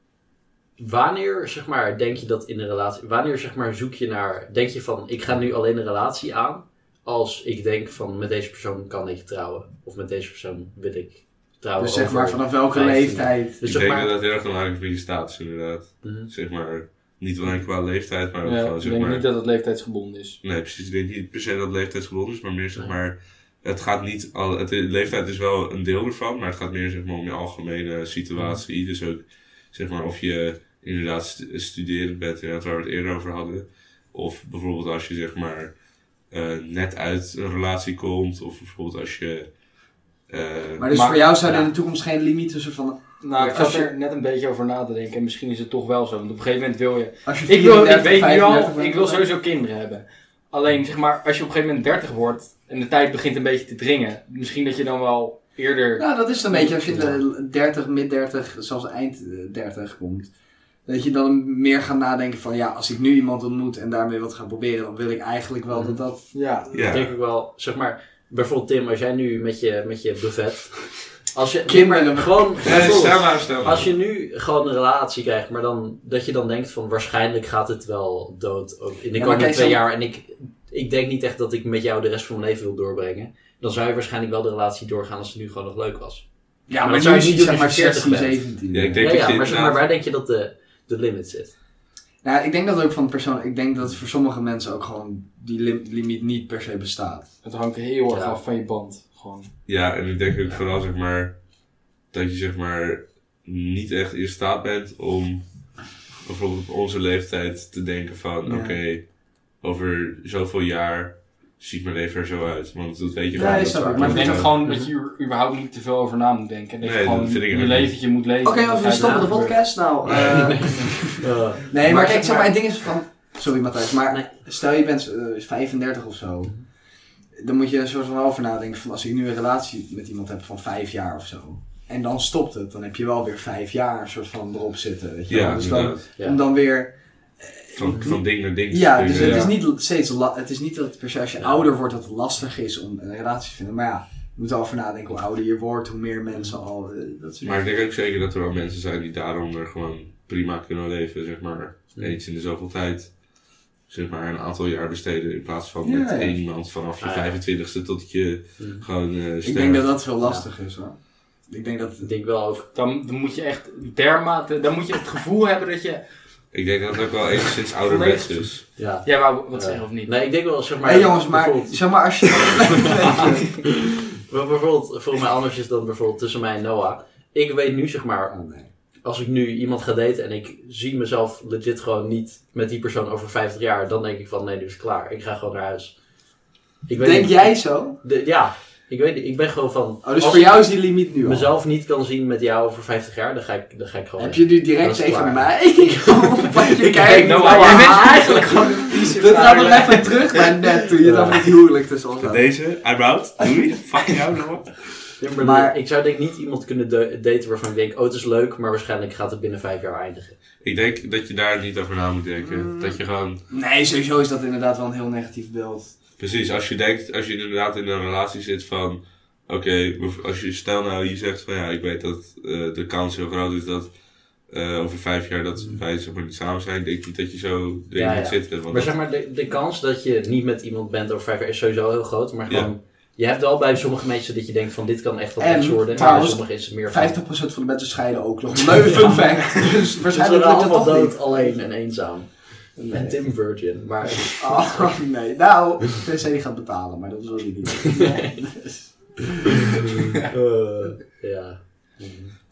Wanneer, zeg maar, denk je dat in een relatie... Wanneer, zeg maar, zoek je naar... Denk je van, ik ga nu alleen een relatie aan... Als ik denk van, met deze persoon kan ik trouwen. Of met deze persoon wil ik trouwen. Dus zeg over maar vanaf welke vijftien. leeftijd? Dus Ik zeg denk maar... dat dat heel erg belangrijk is met je status inderdaad. Mhm. Zeg maar, niet alleen qua leeftijd, maar ook Ja, gewoon ik zeg denk maar... niet dat het leeftijdsgebonden is. Nee, precies. Ik denk niet per se dat het leeftijdsgebonden is, maar meer zeg Nee. maar... Het gaat niet al... Het, de leeftijd is wel een deel ervan, maar het gaat meer zeg maar om je algemene situatie. Dus ook zeg maar of je inderdaad st- studerend bent, inderdaad, waar we het eerder over hadden. Of bijvoorbeeld als je zeg maar eh, net uit een relatie komt, of bijvoorbeeld als je... eh, Maar dus Maar- voor jou zou er ja. in de toekomst geen limiet tussen van... Nou, ik Als zat je- er net een beetje over na te denken en misschien is het toch wel zo. Want op een gegeven moment wil je... Als je Ik, wil, ik vierendertig, weet nu vijfendertig al, bent, ik wil dan- sowieso kinderen hebben. Alleen, zeg maar, als je op een gegeven moment dertig wordt en de tijd begint een beetje te dringen. Misschien dat je dan wel eerder... Nou, dat is het een beetje als je in de dertig, mid dertig, zelfs eind dertig komt. Dat je dan meer gaat nadenken van, ja, als ik nu iemand ontmoet en daarmee wat ga proberen, dan wil ik eigenlijk wel dat dat... Ja. ja. Ik denk ook wel, zeg maar... Bijvoorbeeld Tim, als jij nu met je, met je buffet... Als je Kinderen. gewoon... Nee, bijvoorbeeld, stel maar, stel maar. Als je nu gewoon een relatie krijgt, maar dan dat je dan denkt van waarschijnlijk gaat het wel dood ook in de Ja, maar komende kijk, twee zo- jaar en ik, ik denk niet echt dat ik met jou de rest van mijn leven wil doorbrengen. Dan zou je waarschijnlijk wel de relatie doorgaan als het nu gewoon nog leuk was. Ja, Maar maar dat zou nu je is niet hij doen zeg maar als je veertig zestien, bent. zeventien. Ja, ik denk Ja, dat ja je maar, zeg maar inderdaad- waar denk je dat de, de limit zit? Nou, ik denk dat ook van persoon. Ik denk dat het voor sommige mensen ook gewoon die lim- limiet niet per se bestaat. Het hangt heel erg Ja. af van je band. Gewoon. Ja, en ik denk ook vooral zeg maar dat je zeg maar niet echt in staat bent om bijvoorbeeld op onze leeftijd te denken van Ja. oké, over zoveel jaar ziet mijn leven er zo uit. Want dat weet je Ja, gewoon. is dat dat waar. ook. Maar ik Maar denk voor- gewoon dat je er überhaupt niet te veel over na moet denken. En dat Nee, je dat gewoon vind ik je ook leventje moet leven. Oké, En als we dan stoppen de ga je podcast. Nou, eh, Ja. nee, maar Maar kijk, zeg zeg maar, maar- het ding is van... Sorry Matthijs, maar Nee. stel je bent eh, vijfendertig of zo. Dan moet je er soort van over nadenken van als ik nu een relatie met iemand heb van vijf jaar of zo. En dan stopt het, dan heb je wel weer vijf jaar een soort van erop zitten. Weet je wel. Ja, Dus dan, inderdaad. Ja. om dan weer... Van, van ding naar ding te Ja, springen. dus het Ja. is niet steeds la- het is niet dat het per se als je Ja. ouder wordt dat het lastig is om een relatie te vinden. Maar ja, je moet erover nadenken hoe ouder je wordt, hoe meer mensen al... eh, dat soort Maar ik denk ook zeker dat er wel mensen zijn die daaronder gewoon prima kunnen leven, zeg maar. Eens in de zoveel tijd, zeg maar, een aantal jaar besteden in plaats van Ja, met ja. één iemand vanaf je Ah, ja. vijfentwintigste tot je Hmm. gewoon eh sterft. Ik denk dat dat veel lastig is hoor. Ik denk dat... Ik denk wel ook. Dan, dan moet je echt dermate... Dan moet je het gevoel hebben dat je... Ik denk dat het ook wel enigszins ouderwets is. Ja. Ja, maar wat Ja. zeggen of niet? Nee, ik denk wel, zeg maar. Hé jongens, maar bijvoorbeeld- zeg maar als je... Wel, bijvoorbeeld, voor mij anders is dan bijvoorbeeld tussen mij en Noah. Ik weet nu, zeg maar, Oh, nee. als ik nu iemand ga daten en ik zie mezelf legit gewoon niet met die persoon over vijftig jaar, dan denk ik van nee, nu is het klaar. Ik ga gewoon naar huis. Ik weet Denk niet- jij zo? De, ja, ik weet niet. Ik ben gewoon van. Oh, dus als voor jou ik is die limiet nu al. mezelf niet kan zien met jou over vijftig jaar, dan ga ik, dan ga ik gewoon. Heb weg. je nu direct Dat is tegen klaar. mij? Wat je Ik kijkt, kijk nou, nou, jij jij bent bent eigenlijk gewoon een vieze Dit gaat nog even terug bij net toen je het Ja. over het huwelijk tussen ons had. Deze, I'm out. Doei. Fuck jou, nog. Ja, maar Maar- ik zou denk ik niet iemand kunnen de- daten waarvan ik denk, oh het is leuk, maar waarschijnlijk gaat het binnen vijf jaar eindigen. Ik denk dat je daar niet over na moet denken. Mm. Dat je gewoon... Nee, sowieso is dat inderdaad wel een heel negatief beeld. Precies, als je denkt, als je inderdaad in een relatie zit van... Oké, als je stel nou je zegt van ja, ik weet dat eh, de kans heel groot is dat eh, over vijf jaar dat wij zeg maar niet samen zijn. Ik denk niet dat je zo erin Ja, moet ja. zitten. Want Maar zeg dat- maar, de, de kans dat je niet met iemand bent over vijf jaar is sowieso heel groot. Maar Ja. gewoon, je hebt wel bij sommige mensen dat je denkt van dit kan echt wel En iets worden. Maar bij trouwens, sommigen is het meer van... vijftig procent van de mensen scheiden ook nog. Leuke fun fact. Dus Ze waarschijnlijk zijn lukt het allemaal toch dood, niet. alleen en eenzaam. Nee. En Tim Virgin, maar... Oh, nee. Nou, tenzij die gaat betalen, maar dat wil je niet. Dus- Eh, ja.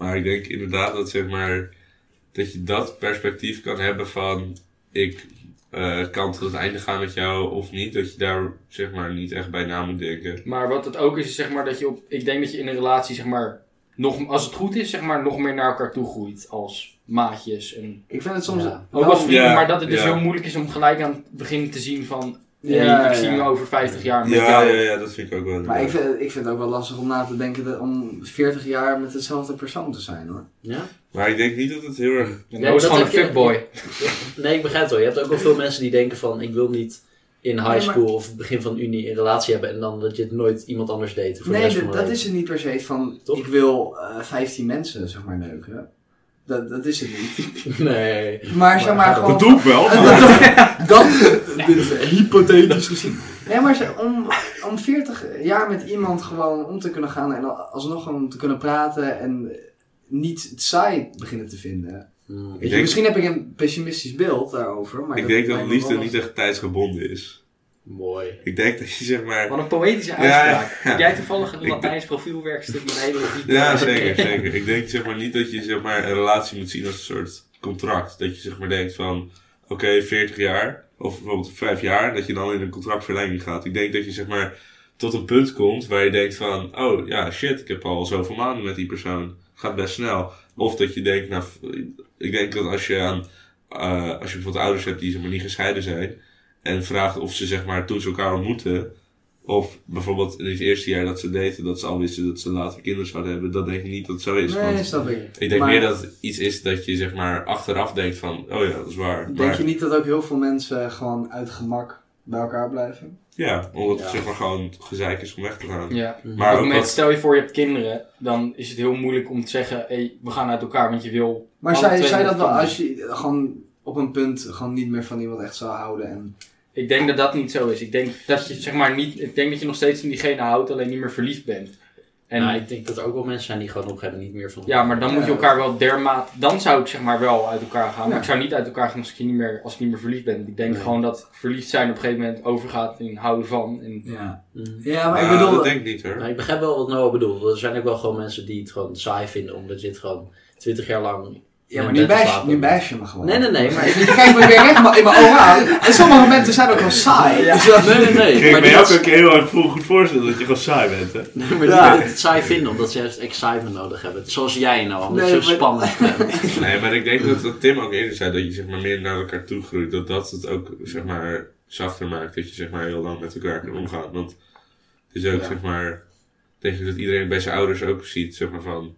Maar ik denk inderdaad dat, zeg maar, dat je dat perspectief kan hebben van... Ik uh, kan tot het einde gaan met jou of niet. Dat je daar, zeg maar, niet echt bij na moet denken. Maar wat het ook is, is zeg maar dat je op... Ik denk dat je in een relatie, zeg maar... Nog, als het goed is, zeg maar, nog meer naar elkaar toe groeit. Als maatjes. En Ik vind het soms Ja. ook wel- als vrienden, Ja, maar dat het dus ja. heel moeilijk is om gelijk aan het begin te zien van... Ja, Ja, ik zie ja. me over vijftig jaar met Ja, jou. ja, ja, dat vind ik ook wel. Maar ik vind, ik vind het ook wel lastig om na te denken dat, om veertig jaar met dezelfde persoon te zijn, hoor. Ja? Maar ik denk niet dat het heel erg... En Ja, dat is dat gewoon een heb je- fuckboy. Nee, ik begrijp het wel. Je hebt ook wel veel mensen die denken van... Ik wil niet in high Nee, maar- school of het begin van unie een relatie hebben... en dan dat je het nooit iemand anders deed. Voor de Nee, rest dat, van mijn dat leven. is het niet per se van, Toch? ik wil uh, vijftien mensen, zeg maar, neuken. Dat, dat is het niet. Nee. Maar zeg maar Maar gewoon... Dat doe ik wel, van- maar... dat, dit is hypothetisch gezien. Nee, maar zeg, om, om veertig jaar met iemand gewoon om te kunnen gaan en alsnog gewoon te kunnen praten en niet het saai beginnen te vinden. Hmm. Weet je, denk- misschien heb ik een pessimistisch beeld daarover, maar Ik denk dat lijkt me liefde wel niet echt tijdsgebonden is. Mooi. Ik denk dat je, zeg maar... Wat een poëtische Ja, uitspraak. ja. Heb jij toevallig een Ik- Latijns profielwerkstuk met hele diepe... Ja, zeker, zeker. Ik denk, zeg maar, niet dat je, zeg maar, een relatie moet zien als een soort contract. Dat je, zeg maar, denkt van... Oké, okay, veertig jaar, of bijvoorbeeld vijf jaar, dat je dan in een contractverlenging gaat. Ik denk dat je, zeg maar, tot een punt komt waar je denkt van... Oh, ja, shit, ik heb al zoveel maanden met die persoon. Gaat best snel. Of dat je denkt, nou... Ik denk dat als je aan... Uh, als je bijvoorbeeld ouders hebt die, zeg maar, niet gescheiden zijn... En vraagt of ze, zeg maar, toen ze elkaar ontmoeten... Of bijvoorbeeld in het eerste jaar dat ze daten, dat ze al wisten dat ze later kinderen zouden hebben. Dat denk ik niet dat het zo is. Nee, want snap ik. ik denk Maar meer dat het iets is dat je, zeg maar, achteraf denkt van, oh ja, dat is waar. Denk Maar, je niet dat ook heel veel mensen gewoon uit gemak bij elkaar blijven? ja, omdat het, Ja. zeg maar, gewoon gezeik is om weg te gaan. Ja. Maar Ook ook met, wat, stel je voor je hebt kinderen, dan is het heel moeilijk om te zeggen, hey, we gaan uit elkaar, want je wil... Maar alle zij, twee zij met dat wel kinderen. als je gewoon op een punt gewoon niet meer van iemand echt zou houden en... Ik denk dat dat niet zo is. Ik denk dat je, zeg maar, niet... Ik denk dat je nog steeds van diegene houdt, alleen niet meer verliefd bent. En Nou, ik denk dat er ook wel mensen zijn die gewoon op een gegeven moment niet meer van... ja, maar dan moet je Ja. elkaar wel dermate... Dan zou ik, zeg maar, wel uit elkaar gaan. Maar Ja. ik zou niet uit elkaar gaan als ik niet meer, als ik niet meer verliefd ben. Ik denk Nee. gewoon dat verliefd zijn op een gegeven moment overgaat in houden van. En Ja, Hmm. ja maar ik nou, bedoel... dat denk ik niet hoor. Nou, ik begrijp wel wat Noah bedoelt. Er zijn ook wel gewoon mensen die het gewoon saai vinden, omdat je het gewoon twintig jaar lang... Ja, maar in nu bed te bash, slapen. nu bash je me gewoon. Nee, nee, nee, maar... Je kijkt me weer recht in mijn ogen aan. En sommige momenten zijn ook wel saai. Ja. Dus dat- Nee, nee, nee. Ik kan maar me die ook dat- een keer heel erg goed voorstellen dat je gewoon saai bent, hè? Nee, maar die Ja. dat het saai vinden, omdat ze juist excitement nodig hebben. Zoals jij nou, omdat Nee, je zo maar- spannend bent. Nee, maar ik denk dat, dat Tim ook eerder zei dat je, zeg maar, meer naar elkaar toe groeit. Dat dat het ook, zeg maar, zachter maakt. Dat je, zeg maar, heel lang met elkaar kan omgaan. Want het is ook, Ja. zeg maar, denk ik dat iedereen bij zijn ouders ook ziet, zeg maar, van...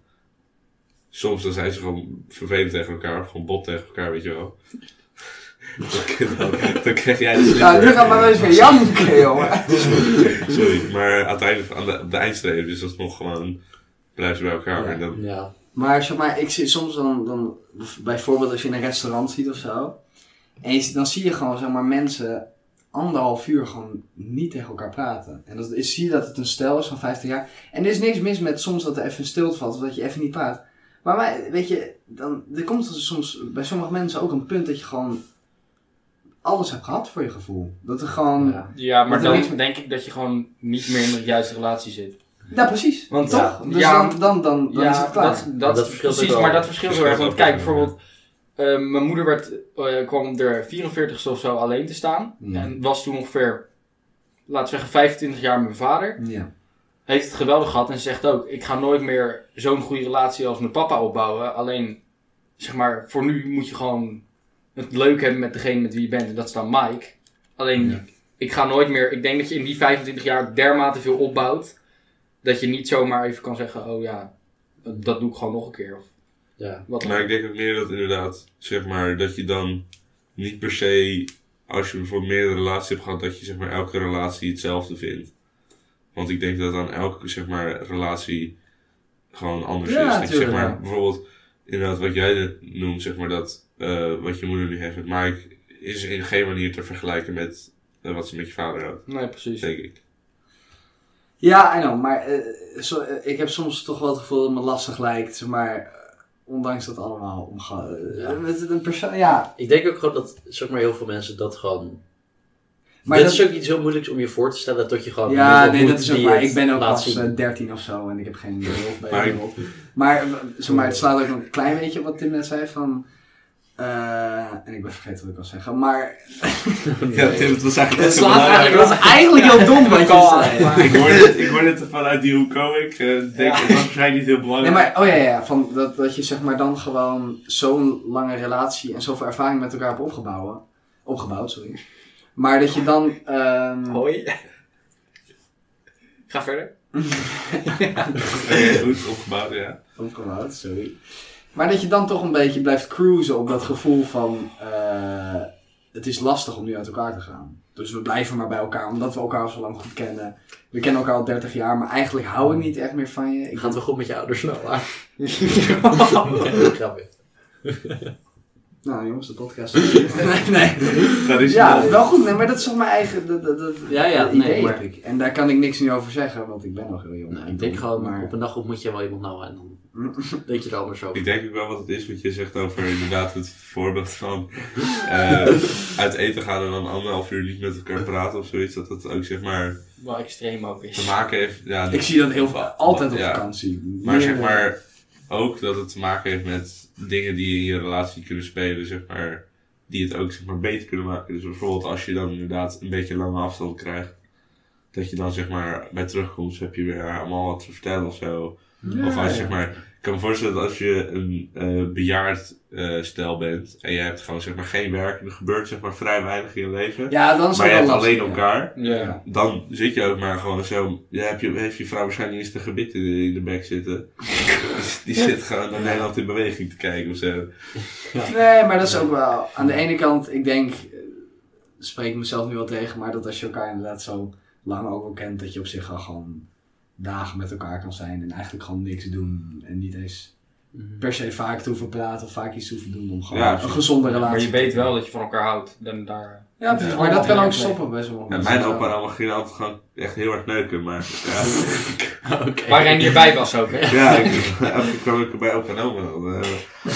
Soms dan zijn ze gewoon vervelend tegen elkaar, of gewoon bot tegen elkaar, weet je wel. dan, dan, dan krijg jij de Ja, nu slipper. gaat maar eens weer janken, jongen. Sorry, maar uiteindelijk aan de, op de eindstreep is dat nog gewoon... Blijven ze bij elkaar. Ja. En dan, Ja. Maar zeg maar, ik zie soms dan, dan, bijvoorbeeld als je in een restaurant ziet of zo. En je, dan zie je gewoon, zeg maar, mensen anderhalf uur gewoon niet tegen elkaar praten. En dan is, zie je dat het een stel is van vijftig jaar. En er is niks mis met soms dat er even stilte valt of dat je even niet praat. Maar wij, weet je, dan, er komt er soms bij sommige mensen ook een punt dat je gewoon alles hebt gehad voor je gevoel. Dat er gewoon... Ja, Ja. ja, maar Want er dan niks- denk ik dat je gewoon niet meer in de juiste relatie zit. precies. Want Toch? ja, Dus ja, dan, dan, dan, dan is het klaar. Dat, dat, Dat verschilt precies, ook wel. maar dat verschilt heel erg. Want Verschilt kijk, ook wel, bijvoorbeeld, eh, mijn moeder werd, eh, kwam er vierenveertigste of zo alleen te staan. Ja. En was toen ongeveer, laten we zeggen, vijfentwintig jaar met mijn vader. Ja. Heeft het geweldig gehad en ze zegt ook, ik ga nooit meer zo'n goede relatie als mijn papa opbouwen. Alleen, zeg maar, voor nu moet je gewoon het leuk hebben met degene met wie je bent. En dat is dan Mike. Alleen, Ja. ik ga nooit meer, ik denk dat je in die vijfentwintig jaar dermate veel opbouwt. Dat je niet zomaar even kan zeggen, oh ja, dat, dat doe ik gewoon nog een keer. Of Ja. wat dan Maar ook. ik denk ook meer dat inderdaad, zeg maar, dat je dan niet per se, als je bijvoorbeeld meerdere relaties hebt gehad, dat je, zeg maar, elke relatie hetzelfde vindt. Want ik denk dat dan elke, zeg maar, relatie gewoon anders Ja, is. Dat je, zeg tuurlijk, maar, ja. bijvoorbeeld, inderdaad wat jij noemt, zeg maar, dat uh, wat je moeder nu heeft met Mike, is in geen manier te vergelijken met uh, wat ze met je vader had, Nee, precies. denk ik. Ja, I know, maar eh, zo, eh, ik heb soms toch wel het gevoel dat het me lastig lijkt, zeg maar, eh, ondanks dat allemaal omgaan. Ja. Met een persoon, ja. Ik denk ook gewoon dat, zeg maar, heel veel mensen dat gewoon Maar dat dat is ook iets heel moeilijks om je voor te stellen dat je gewoon... Ja, iemand nee, dat ontmoet is ook die waar. het Ik ben ook laat pas zien. uh, dertien of zo en ik heb geen idee bij Maar de ik- wereld. Maar, uh, zeg maar het slaat ook een klein beetje op wat Tim net zei van... Uh, en ik ben vergeten wat ik wil zeggen, maar... Ja, Tim, het was eigenlijk Het best slaat belangrijk. eigenlijk, dat is eigenlijk heel dom wat je zei. Ik hoorde het, ik hoorde het vanuit die hoek komen. Ik uh, denk, Ja. het was waarschijnlijk niet heel Nee, belangrijk. maar, oh ja, ja, van dat, dat je zeg maar dan gewoon zo'n lange relatie en zoveel ervaring met elkaar hebt opgebouwd. Opgebouwd, sorry. Maar dat je dan... Um, Hoi. Ga verder. Oké, goed opgebouwd, ja. Opgebouwd, sorry. Maar dat je dan toch een beetje blijft cruisen op dat gevoel van... Uh, het is lastig om nu uit elkaar te gaan. Dus we blijven maar bij elkaar, omdat we elkaar al zo lang goed kennen. We kennen elkaar al dertig jaar, maar eigenlijk hou ik niet echt meer van je. Ik Gaat wel goed met je ouders nou aan? Grapje. Nou jongens, de podcast. nee, nee. Dat is Ja, wel- wel goed, nee, maar dat is toch mijn eigen dat, dat, dat, Ja, ja, idee nee, maar- heb ik. En daar kan ik niks nu over zeggen, want ik ben nog heel jong. Nou, en ik denk dom, gewoon, maar... op een dag ontmoet je wel iemand nou en dan denk je er anders over. Ik denk ook wel wat het is, wat je zegt over inderdaad het voorbeeld van uh, uit eten gaan en dan anderhalf uur niet met elkaar praten of zoiets. Dat dat ook zeg maar Wel extreem ook te is. maken heeft. Ja, Ik zie dat heel veel, altijd op Ja. vakantie. Maar Meer, zeg eh, maar ook dat het te maken heeft met dingen die in je relatie kunnen spelen, zeg maar, die het ook zeg maar beter kunnen maken. Dus bijvoorbeeld als je dan inderdaad een beetje lange afstand krijgt, dat je dan zeg maar bij terugkomst heb je weer allemaal wat te vertellen of zo. ja, Of als je ja. zeg maar, ik kan me voorstellen dat als je een eh, bejaard eh, stel bent en je hebt gewoon zeg maar geen werk en er gebeurt zeg maar vrij weinig in je leven, Ja, dan is maar het je wel hebt alleen lastig, ja. elkaar, Ja. dan zit je ook maar gewoon zo. Ja, heb je, heeft je vrouw waarschijnlijk eens de gebit in de, in de bek zitten. Die, die zit gewoon naar Nederland in beweging te kijken of zo. Nee, maar dat is ook wel... Aan de ene kant, ik denk... eh, spreek ik mezelf nu wel tegen, maar dat als je elkaar inderdaad zo lang ook wel kent, dat je op zich al gewoon dagen met elkaar kan zijn en eigenlijk gewoon niks doen. En niet eens per se vaak te hoeven praten of vaak iets te hoeven doen om gewoon Ja, een precies. gezonde relatie Maar je te weet hebben. wel dat je van elkaar houdt. Dan daar... Ja, precies. Ja. Maar dat kan ook Nee. stoppen bij sommige Ja, mensen. mijn opa en oma gingen altijd gewoon echt heel erg neuken, maar ja. Oké. Waar Reinier hierbij was ook, hè? Ja, ik, elke keer kwam ik bij opa en oma dan. eh.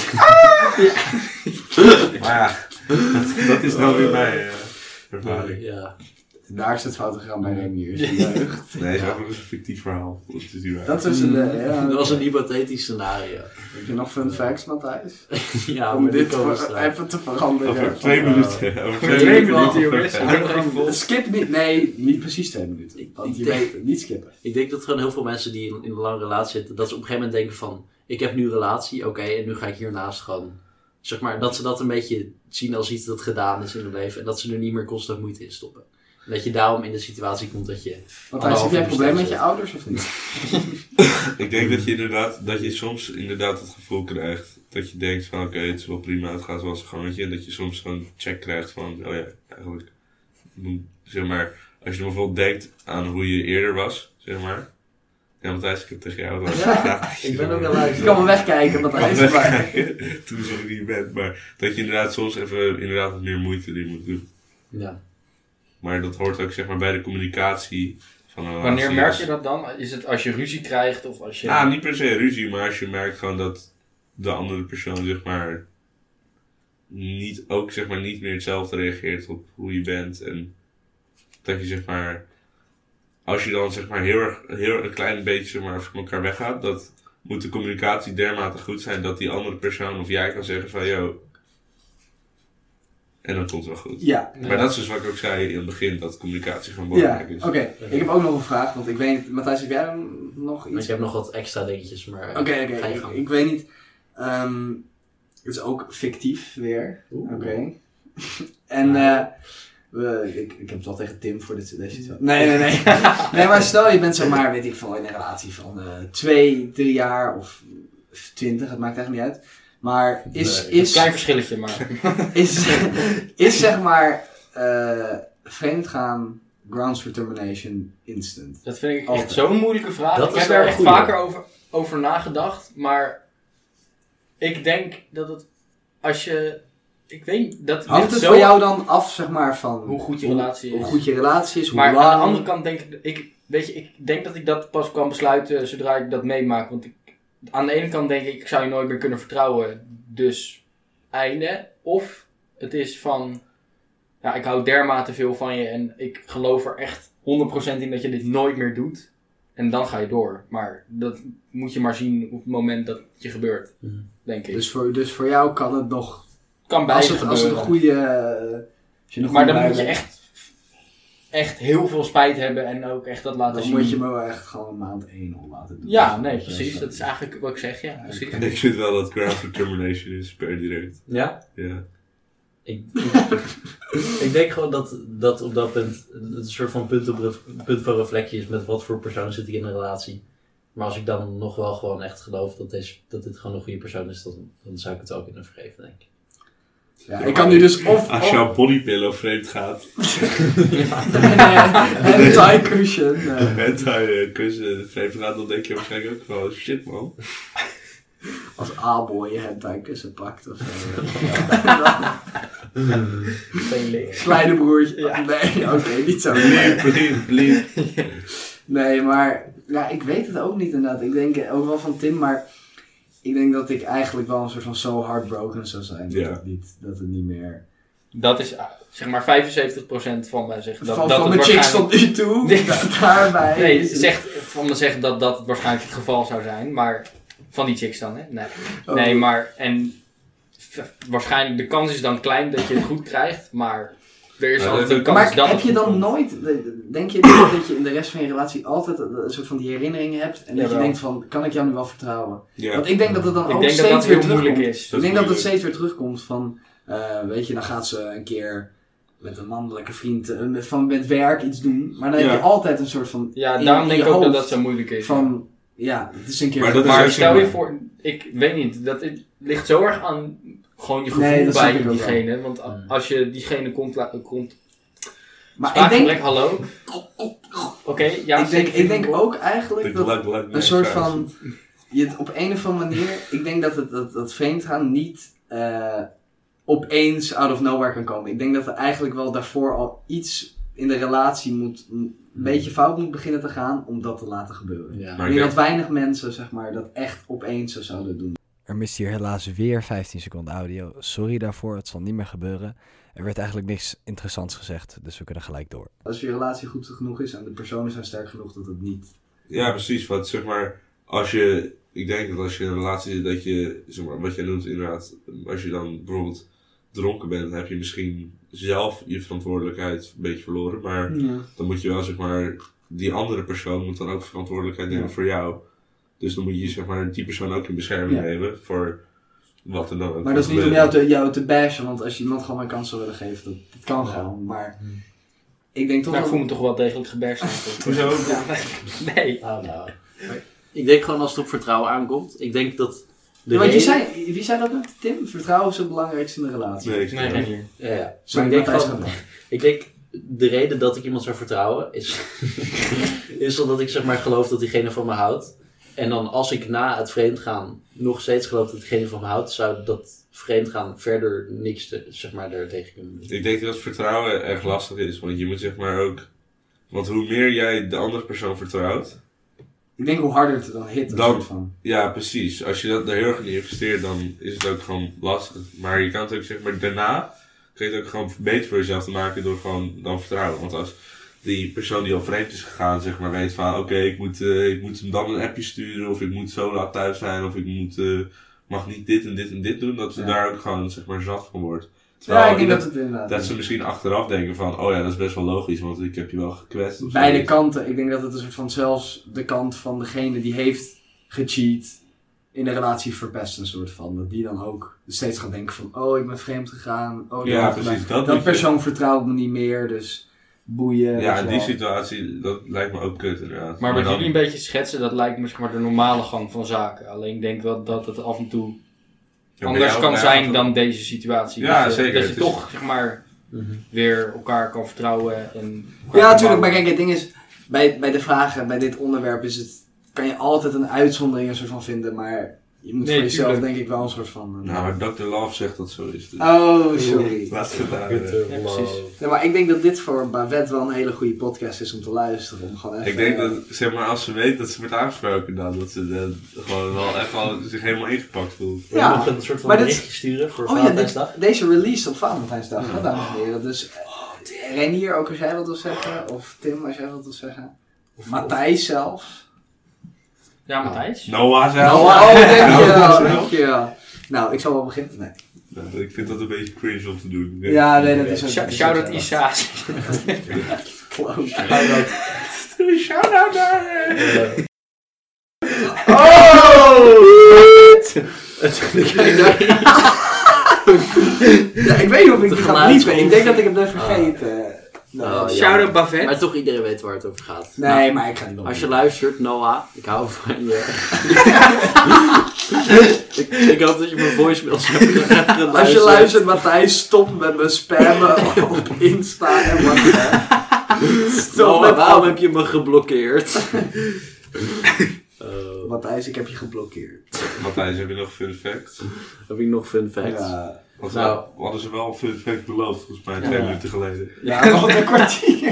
Maar ja, dat, dat is dan weer mijn eh, ervaring. Ja. Daar is het fotogram bij Renier. Is die jeugd. Nee, het is ook nog eens een fictief verhaal. Dat is niet waar. Dat is een... eh, ja, Dat was een hypothetisch scenario. Heb je nog fun facts, Matthijs? Ja, Om maar dit dit komen voor- straks. even te veranderen. Over twee Van, eh, minuten. Over twee, twee minuten. minuten, nog jongens. een- Hou nog even vol. Skip niet, nee, niet precies twee minuten. Ik- Want ik je denk- weet het, niet skippen. Ik denk dat gewoon heel veel mensen die in, in een lange relatie zitten, dat ze op een gegeven moment denken van, ik heb nu een relatie, oké, en nu ga ik hiernaast gewoon, zeg maar, dat ze dat een beetje zien als iets dat gedaan is in hun leven en dat ze er niet meer constant moeite in stoppen. En dat je daarom in de situatie komt dat je... Matthijs, heb jij een uur probleem met stil je ouders of niet? Ik denk dat je inderdaad, dat je soms inderdaad het gevoel krijgt dat je denkt van oké, het is wel prima, het gaat zoals het gewoon met je. En dat je soms gewoon check krijgt van, oh ja, eigenlijk, moet- zeg maar, als je bijvoorbeeld denkt aan hoe je eerder was, zeg maar. Ja, Matthijs, ik heb tegen jou wel eens Ja, gevraagd. ik ben ook wel Ik luisteren. kan me wegkijken, Matthijs. Maar... wegkijken, toen zo niet bent, maar dat je inderdaad soms even inderdaad wat meer moeite erin moet doen. Ja. Maar dat hoort ook zeg maar bij de communicatie van een Wanneer relatie. merk je dat dan? Is het als je ruzie krijgt of als je... Ja, niet per se ruzie, maar als je merkt gewoon dat de andere persoon zeg maar niet, ook zeg maar niet meer hetzelfde reageert op hoe je bent en dat je zeg maar, als je dan zeg maar heel erg, heel een klein beetje zeg maar van elkaar weggaat, dat moet de communicatie dermate goed zijn dat die andere persoon of jij kan zeggen van yo, en dan komt het wel goed. Ja, Maar dat is dus wat ik ook zei in het begin, dat communicatie gewoon ja. belangrijk is. Oké. Ik heb ook nog een vraag, want ik weet niet... Matthijs, heb jij dan nog iets? Ik heb nog wat extra dingetjes, maar Oké, oké. ga je Ik, gang. ik weet niet... ehm, het is ook fictief weer. Oké. En eh, we, ik, ik heb het al tegen Tim voor dit, deze situatie. Nee, nee, nee. Nee, maar stel je bent zeg maar, weet ik veel, in een relatie van eh, twee, drie jaar of twintig, het maakt eigenlijk niet uit. Maar is, Nee, is, Klein verschilletje, maar... is, is zeg maar eh vreemdgaan grounds for termination instant? Dat vind ik echt Altijd. zo'n moeilijke vraag. Dat ik is heb wel er een echt goeie. vaker over, over nagedacht, maar ik denk dat het als je, ik weet dat Hangt ligt het zo voor jou dan af, zeg maar, van hoe goed je relatie is. hoe goed je relatie is, hoe Maar lang? aan de andere kant denk ik, ik, weet je, ik denk dat ik dat pas kan besluiten zodra ik dat meemaak. Want ik, aan de ene kant denk ik, ik zou je nooit meer kunnen vertrouwen, dus einde. Of het is van, ja, ik hou dermate veel van je en ik geloof er echt honderd procent in dat je dit nooit meer doet. En dan ga je door. Maar dat moet je maar zien op het moment dat het je gebeurt, Mm. denk ik. Dus voor, dus voor jou kan het nog... kan bij Als je het, als het een gebeuren. goede... uh, als je een Maar goede dan bui moet je bent, echt, echt heel veel spijt hebben en ook echt dat laten Dan zien. moet je me wel echt gewoon maand één al laten doen. Ja, nee, Dus, precies. uh, Dat is eigenlijk wat ik zeg, ja. Precies. En ik vind wel dat ground determination is per direct. Ja? Ja. Ik, ik denk gewoon dat, dat op dat punt het een soort van punt, op ref, punt van reflectie is met wat voor persoon zit ik in een relatie. Maar als ik dan nog wel gewoon echt geloof dat, deze, dat dit gewoon een goede persoon is, dan, dan zou ik het wel kunnen vergeven, denk ik. Ja, ik kan nu dus of... Als of jouw bodypillow vreemd gaat, en een tie cushion. uh, en hij kussen vreemd gaat, dan denk je waarschijnlijk ook van shit man. als A-boy je hentai kussen pakt of zo. Felix. Kleine broertje. Ja. Nee, oké, okay, niet zo. Bliep, bliep, bliep. Nee, maar ja, ik weet het ook niet inderdaad. Ik denk ook wel van Tim, maar ik denk dat ik eigenlijk wel een soort van zo heartbroken zou zijn. Ja. Dat, het niet, dat het niet meer... Dat is ah, zeg maar vijfenzeventig procent van mij zegt dat, van dat van het mijn chicks waarschijnlijk... tot nu toe, Nee. da- daarbij. Nee, zegt, van me zeggen dat dat waarschijnlijk het geval zou zijn, maar van die chicks dan, hè? Nee, Oh. nee maar en v- waarschijnlijk de kans is dan klein dat je het goed krijgt, maar er is Ja, altijd dat- een kans Maar dat heb het je goed dan komt. nooit, denk je niet dat je in de rest van je relatie altijd een soort van die herinneringen hebt en dat je Jawel. denkt van, kan ik jou nu wel vertrouwen? Ja. Want ik denk dat het dan Ik ook denk dat steeds dat weer heel moeilijk terugkomt. is. Dat Ik is denk dat het moeilijk. steeds weer terugkomt van, uh, weet je, dan gaat ze een keer met een mannelijke vriend uh, met, van, met werk iets doen, maar dan Ja. heb je altijd een soort van, Ja, in- daarom in denk je ik ook dat hoofd dat zo moeilijk is. van, ja, het is een keer Maar dat is maar ook stel je zeg maar- voor, ik weet niet, dat het ligt zo erg aan gewoon je gevoel Nee, dat snap bij ik ook diegene. Want a- Mm. als je diegene komt, la- komt Maar ik spraakgebrek, denk, hallo. Oké, ja, ik denk, zeker. ik denk ook eigenlijk De dat glak, glak, een nee, soort saus. van, je het op een of andere manier, ik denk dat het dat, dat vreemdgaan niet uh, opeens out of nowhere kan komen. Ik denk dat er eigenlijk wel daarvoor al iets in de relatie moet, een beetje fout moet beginnen te gaan om dat te laten gebeuren. Ja. Maar Ik ik denk dat denk, weinig mensen, zeg maar, dat echt opeens zo zouden doen. Er mist hier helaas weer vijftien seconden audio. Sorry daarvoor, het zal niet meer gebeuren. Er werd eigenlijk niks interessants gezegd, dus we kunnen gelijk door. Als je relatie goed genoeg is en de personen zijn sterk genoeg dat het niet... ja precies, wat zeg maar, als je, ik denk dat als je in een relatie zit, dat je, zeg maar, wat jij noemt inderdaad, als je dan bijvoorbeeld dronken bent, dan heb je misschien zelf je verantwoordelijkheid een beetje verloren, maar Ja. dan moet je wel, zeg maar, die andere persoon moet dan ook verantwoordelijkheid nemen Ja. voor jou. Dus dan moet je, zeg maar, die persoon ook in bescherming Ja. nemen voor wat er dan ook Maar dat is niet om gebeurt. jou te, jou te bashen, want als je iemand gewoon een kans zou willen geven, dat, dat kan Ja. gewoon. Maar Hmm. ik denk toch Nou, ik dat... voel me toch wel degelijk geberst. Hoezo? Ja, nee. Ah, nou. Maar ik denk gewoon als het op vertrouwen aankomt. Ik denk dat de Ja, want je reden- zei, wie zei dat net, Tim? Vertrouwen is het belangrijkste in de relatie. Nee, ik Nee, nee, nee. Ja, ja. Zo Maar ik denk, Matthijs gewoon, gaat doen. ik denk de reden dat ik iemand zou vertrouwen is, is omdat ik zeg maar geloof dat diegene van me houdt. En dan als ik na het vreemdgaan nog steeds geloof dat diegene van me houdt, zou dat vreemdgaan verder niks te, zeg maar, er tegen kunnen doen. Ik denk dat vertrouwen erg lastig is, want je moet zeg maar ook, want hoe meer jij de andere persoon vertrouwt, Ik denk hoe harder het dan hit. een Dan- soort van. ja precies, als je dat er heel erg in investeert, dan is het ook gewoon lastig. Maar je kan het ook zeg maar daarna, kun je het ook gewoon beter voor jezelf te maken door gewoon dan vertrouwen. Want als die persoon die al vreemd is gegaan, zeg maar, weet van oké, ik moet eh, ik moet hem dan een appje sturen, of ik moet zo laat thuis zijn, of ik moet, eh, mag niet dit en dit en dit doen, dat ze Ja. daar ook gewoon zeg maar zat van wordt. Ja, Terwijl ik denk je dat het inderdaad... Dat ze misschien achteraf denken van, oh ja, dat is best wel logisch, want ik heb je wel gekwetst. Of Beide zoiets. kanten. Ik denk dat het een soort van zelfs de kant van degene die heeft gecheat in de relatie verpest een soort van. Dat die dan ook steeds gaat denken van, oh ik ben vreemd gegaan. Oh, Ja, dat precies. Dat, Dat, dat moet je- persoon vertrouwt me niet meer, dus boeien. Ja, weet in je die wel. situatie, dat lijkt me ook kut inderdaad. Maar wat dan- jullie een beetje schetsen, dat lijkt me zeg maar de normale gang van zaken. Alleen ik denk wel dat het af en toe Ja, bij anders jou- kan bij zijn jou- dan deze situatie. Ja, dat je, zeker. Dat je Het is- toch zeg maar weer elkaar kan vertrouwen. En elkaar Ja, kan natuurlijk. Maar bouwen. kijk, het ding is, bij, bij de vragen, bij dit onderwerp is het, kan je altijd een uitzondering een soort van vinden, maar je moet Nee, voor jezelf tuurlijk. denk ik wel een soort van... Nou, maar dokter Love zegt dat zo is. Dus. Oh, sorry. Laat ze daar. eh. Ja, precies. Ja, maar ik denk dat dit voor Bavette wel een hele goede podcast is om te luisteren. Om gewoon even, Ik denk dat, zeg maar, als ze weet dat ze wordt aangesproken dan, dat ze eh, gewoon wel echt wel zich helemaal ingepakt voelt. Wil je Ja, nog een soort van maar dit- berichtje sturen voor Oh ja, Valentijnsdag? dit, deze release op Valentijnsdag, Ja. hè, dames en heren. Dus Renier ook als jij wat wil zeggen. Of Tim als jij wat wil zeggen. Of Matthijs zelfs. Ja, Matthijs. Noah zelf. Oh, oh dankjewel, Noah. dankjewel. Nou, ik zal wel beginnen. Nee. Nou, ik vind dat een beetje cringe om te doen. Ja, nee, dat is ook... dat is Shout-out ook Isa. Close. Shout-out. Shout-out naar... Oh! Kijk daar. Ja, ik weet niet of ik De het ga niet weet. Ik geluidsgolf. denk dat ik hem net vergeten. Nou, Oh, ja. Shout-out Bavet. Maar toch iedereen weet waar het over gaat. nee, maar ik ga die wel Als je doen. luistert, Noah, ik hou van je. ik, ik hoop dat je mijn voicemails hebt geluisterd. Als je luistert, Matthijs, stop met me spammen op Insta en WhatsApp. Stop Noah, met waarom al- heb je me geblokkeerd? uh, Matthijs, ik heb je geblokkeerd. Matthijs, heb je nog fun facts? heb ik nog fun facts? Ja, Want Nou. we hadden ze wel een fun fact beloofd, volgens mij twee Ja. minuten geleden. ja nog een kwartier.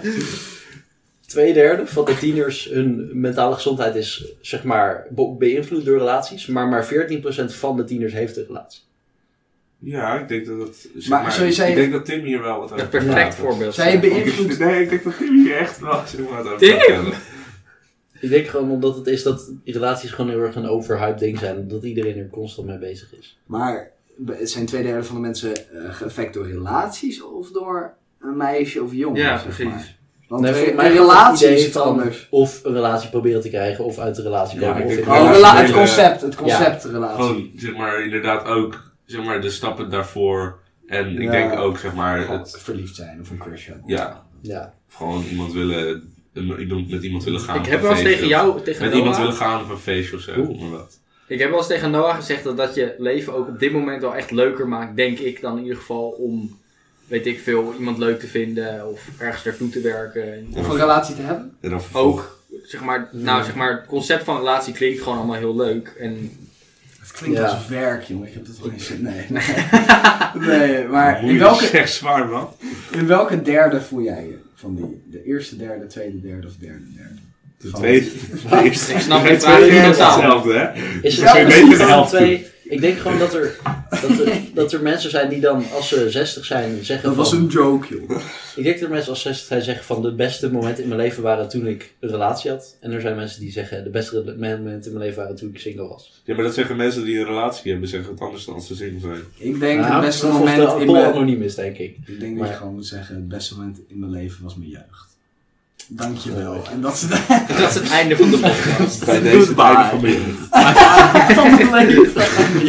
Twee derde van de tieners, hun mentale gezondheid is zeg maar be- beïnvloed door relaties. Maar maar veertien procent van de tieners heeft een relatie. Ja, ik denk dat dat... Zeg Maar maar, zou je zeggen- Ik denk dat Tim hier wel wat over Een perfect praat. voorbeeld. Zij Ik- beïnvloed... Nee, ik denk dat Tim hier echt wel zeg maar, wat over Tim? kan vertellen. Ik denk gewoon omdat het is dat relaties gewoon heel erg een overhyped ding zijn. Omdat iedereen er constant mee bezig is. Maar het zijn twee derde van de mensen uh, geëffect door relaties of door een meisje of jongen? Ja, zeg precies. maar. Want Nee, re- voor een mij gaat relatie het is idee het van anders. Of een relatie proberen te krijgen, of uit de relatie Ja, komen. ik of denk in- wel- Oh, Ja, rela- dat het is concept, het concept relatie. Gewoon, zeg maar, inderdaad ook, zeg maar, de stappen daarvoor. En ik Ja. denk ook, zeg maar, Gewoon het, verliefd zijn of een crush hebben. ja, Ja. gewoon iemand willen, een- iemand, met iemand willen gaan Ik op heb een wel eens feestje tegen of- jou, tegen Met iemand Noah, willen gaan op een feestje of zo, Oeh. maar wat. ik heb wel eens tegen Noah gezegd dat dat je leven ook op dit moment wel echt leuker maakt, denk ik, dan in ieder geval om, weet ik veel, iemand leuk te vinden of ergens naartoe te werken. Of een relatie te hebben? En dan vervolgens- Ook, zeg maar, nou zeg maar, het concept van relatie klinkt gewoon allemaal heel leuk. En Het klinkt Ja. als werk, jongen. Ik heb dat toch niet zin. Nee. Nee, maar in Moeilijk, welke, zeg zwaar, man. in welke derde voel jij je? Van die, de eerste derde, tweede derde of derde derde? De Van- tweede, de eerste. ik snap De je vraag tweede niet is totaal. hetzelfde, hè? Is er Ja, wel precies. misschien De gewoon helft twee... Ik denk gewoon dat er, dat, er, dat er mensen zijn die dan, als ze zestig zijn, zeggen Dat was van... een joke, joh. Ik denk dat er mensen als zestig zijn zeggen van de beste momenten in mijn leven waren toen ik een relatie had. En er zijn mensen die zeggen de beste momenten in mijn leven waren toen ik single was. Ja, maar dat zeggen mensen die een relatie hebben, zeggen het anders dan als ze single zijn. Ik denk Nou, het beste of moment de in Paul mijn... anoniem is, denk ik. Ik denk dat Maar- je gewoon moet zeggen, het beste moment in mijn leven was mijn jeugd. Dankjewel. En dat is dat is het einde van de podcast. Bij deze het einde van mijn van mijn leven.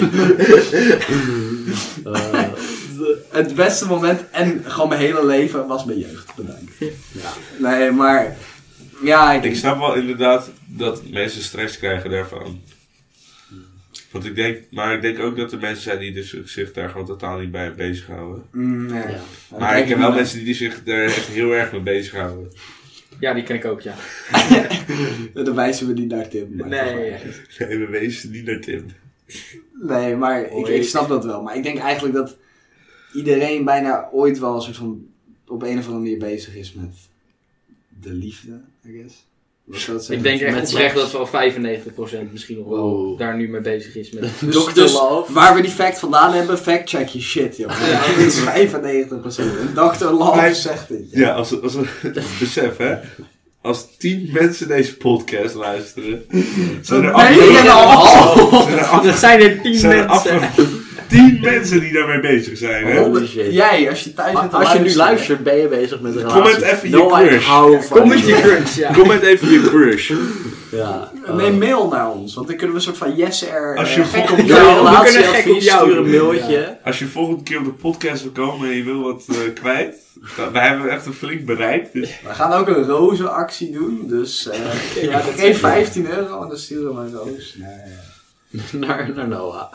Uh, Het beste moment en gewoon mijn hele leven was mijn jeugd. Bedankt. ja. Nee, maar... Ja, ik Ik snap wel inderdaad dat mensen stress krijgen daarvan. Want ik denk, maar ik denk ook dat er mensen zijn die dus zich daar gewoon totaal niet bij bezighouden. Mm, nee. Ja. Dat Maar denk ik ken wel niet. mensen die zich daar echt heel erg mee bezighouden. Ja, die ken ik ook, ja. Dan wijzen we niet naar Tim. Maar Nee. Nee, we wezen niet naar Tim. Nee, maar ik, Hoi. ik snap dat wel. Maar ik denk eigenlijk dat iedereen bijna ooit wel een soort van op een of andere manier bezig is met de liefde, I guess. Wat zou het Ik zeggen? denk echt Met oprecht seks. dat wel vijfennegentig procent misschien nog wel Wow. daar nu mee bezig is. Met Dus, Doctor dus Love. waar we die fact vandaan hebben, fact check je shit, joh. Ja, dat is vijfennegentig procent. En dokter Love Vijf- zegt het. Ja, als, als besef hè. Als tien mensen deze podcast luisteren, zijn er Nee, nee, afgelopen... Zijn er af- dat zijn er tien zijn er mensen. afgelopen tien mensen die daarmee bezig zijn, hè? Holy shit. Jij, als je thuis Maar zit te als je nu luisteren- luistert, ben je bezig met een Comment relatie. even je Noah, ik crush. hou van Kom met je je. crunch, ja. Comment even je crush. Ja. Neem mail naar ons, want dan kunnen we een soort van yes er Als eh, je gek vol- op Wil jou. je een we kunnen gek op relatieadvies, jou stuur een doen. mailtje. Als je volgende keer op de podcast wil komen en je wil wat eh, kwijt, dan- wij hebben echt een flink bereik. Dus We gaan ook een rozenactie doen, dus eh Ja, dat geef is- vijftien euro en dan sturen we een roos. Nee, ja. Naar, naar Noah.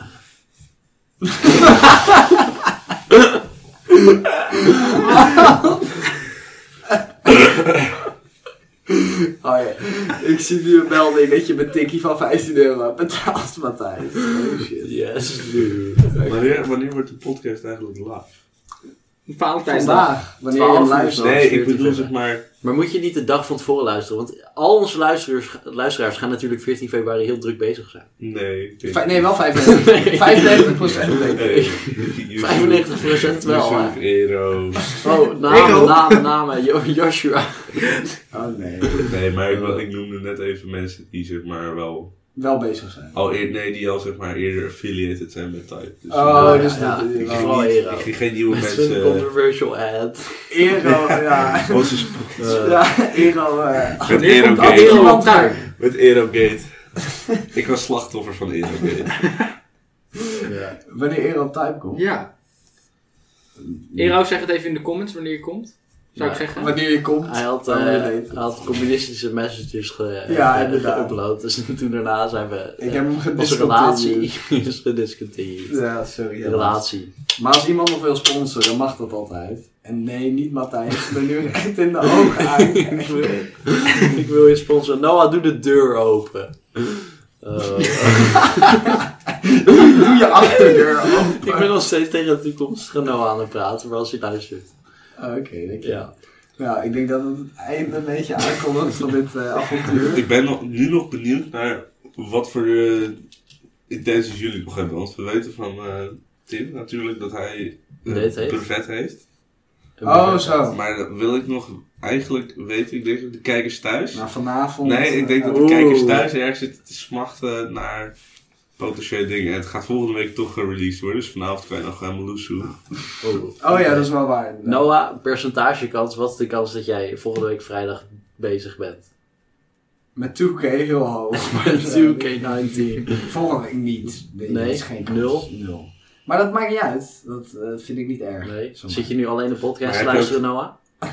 Oh ja, ik zie nu een melding dat je met tikkie van vijftien euro hebt betaald, Matthijs. Oh shit. Yes, dude. wanneer, wanneer wordt de podcast eigenlijk live? Valentijnsdag. Vandaag, wanneer je hem twaalf uur luistert. Nee, ik bedoel veertien zeg maar... Maar moet je niet de dag van tevoren luisteren? Want al onze luisteraars, luisteraars gaan natuurlijk veertien februari heel druk bezig zijn. Nee, ik denk... Vij- Nee, wel vijfennegentig. vijfennegentig procent denk ik. Nee. vijfennegentig procent wel, hè? Yusuf, Ero. Oh, Ik namen, ook. namen, namen. Jo- Joshua. Oh nee, Nee, maar ik, wil- ik noemde net even mensen die zeg maar wel... wel bezig zijn. Al eer, nee, die al zeg maar eerder affiliated zijn met Type. Dus, Oh, eh, dus ja, dat... ik ik, ga ging wel niet, Ero. ik ging geen nieuwe Met mensen... een controversial ad. Ero, ja. Oh, ze sp- Eh, Ja, Ero... eh, Met Wanneer komt Aerogate. Ero Iemand op tuin? Met Aerogate. Ik was slachtoffer van Aerogate. ja. Wanneer Ero op Type komt. Ja. Ero, zeg het even in de comments wanneer je komt. Zou ik Ja. zeggen. Wanneer je komt. Hij had, dan eh, wil je weten. hij had communistische messages ge, Ja, ge- inderdaad. geüpload. Dus toen daarna zijn we... Ik eh, heb hem onze gediscontinued. relatie is gediscontinued. Ja, sorry. helaas. Relatie. Maar als iemand nog wil sponsoren, dan mag dat altijd. En nee, niet Matthijs. Ik ben nu echt in de ogen uit. ik, wil, ik wil je sponsoren. Noah, doe de deur open. Uh, Doe je achterdeur open. ik ben nog steeds tegen de toekomstige Noah aan het praten, maar als je luistert. Oh, Oké, denk je. Ja. Nou, ik denk dat het het einde een beetje aankondigt van dit eh, avontuur. Ik ben nog, nu nog benieuwd naar wat voor uh, intenties jullie nog hebben. Want we weten van uh, Tim natuurlijk dat hij uh, Weet heeft. brevet heeft. Oh, zo. Maar dat wil ik nog eigenlijk weten. Ik denk dat de kijkers thuis... Nou, vanavond... nee, ik denk dat de Oeh. kijkers thuis ergens zitten te smachten naar potentiële dingen. En het gaat volgende week toch gereleased worden. Dus vanavond kan je nog gaan meloesoe. Oh. Oh ja, dat is wel waar. inderdaad. Noah, percentagekans. Wat is de kans dat jij volgende week vrijdag bezig bent? Met twee K heel hoog. twee K negentien. Volgende week niet. Nee, Nee, dat is geen kans. nul? Nul. Maar dat maakt niet uit. Dat eh, vind ik niet erg. Nee. Zo Zit je nu alleen de podcast Maar te heb je luisteren, Noah?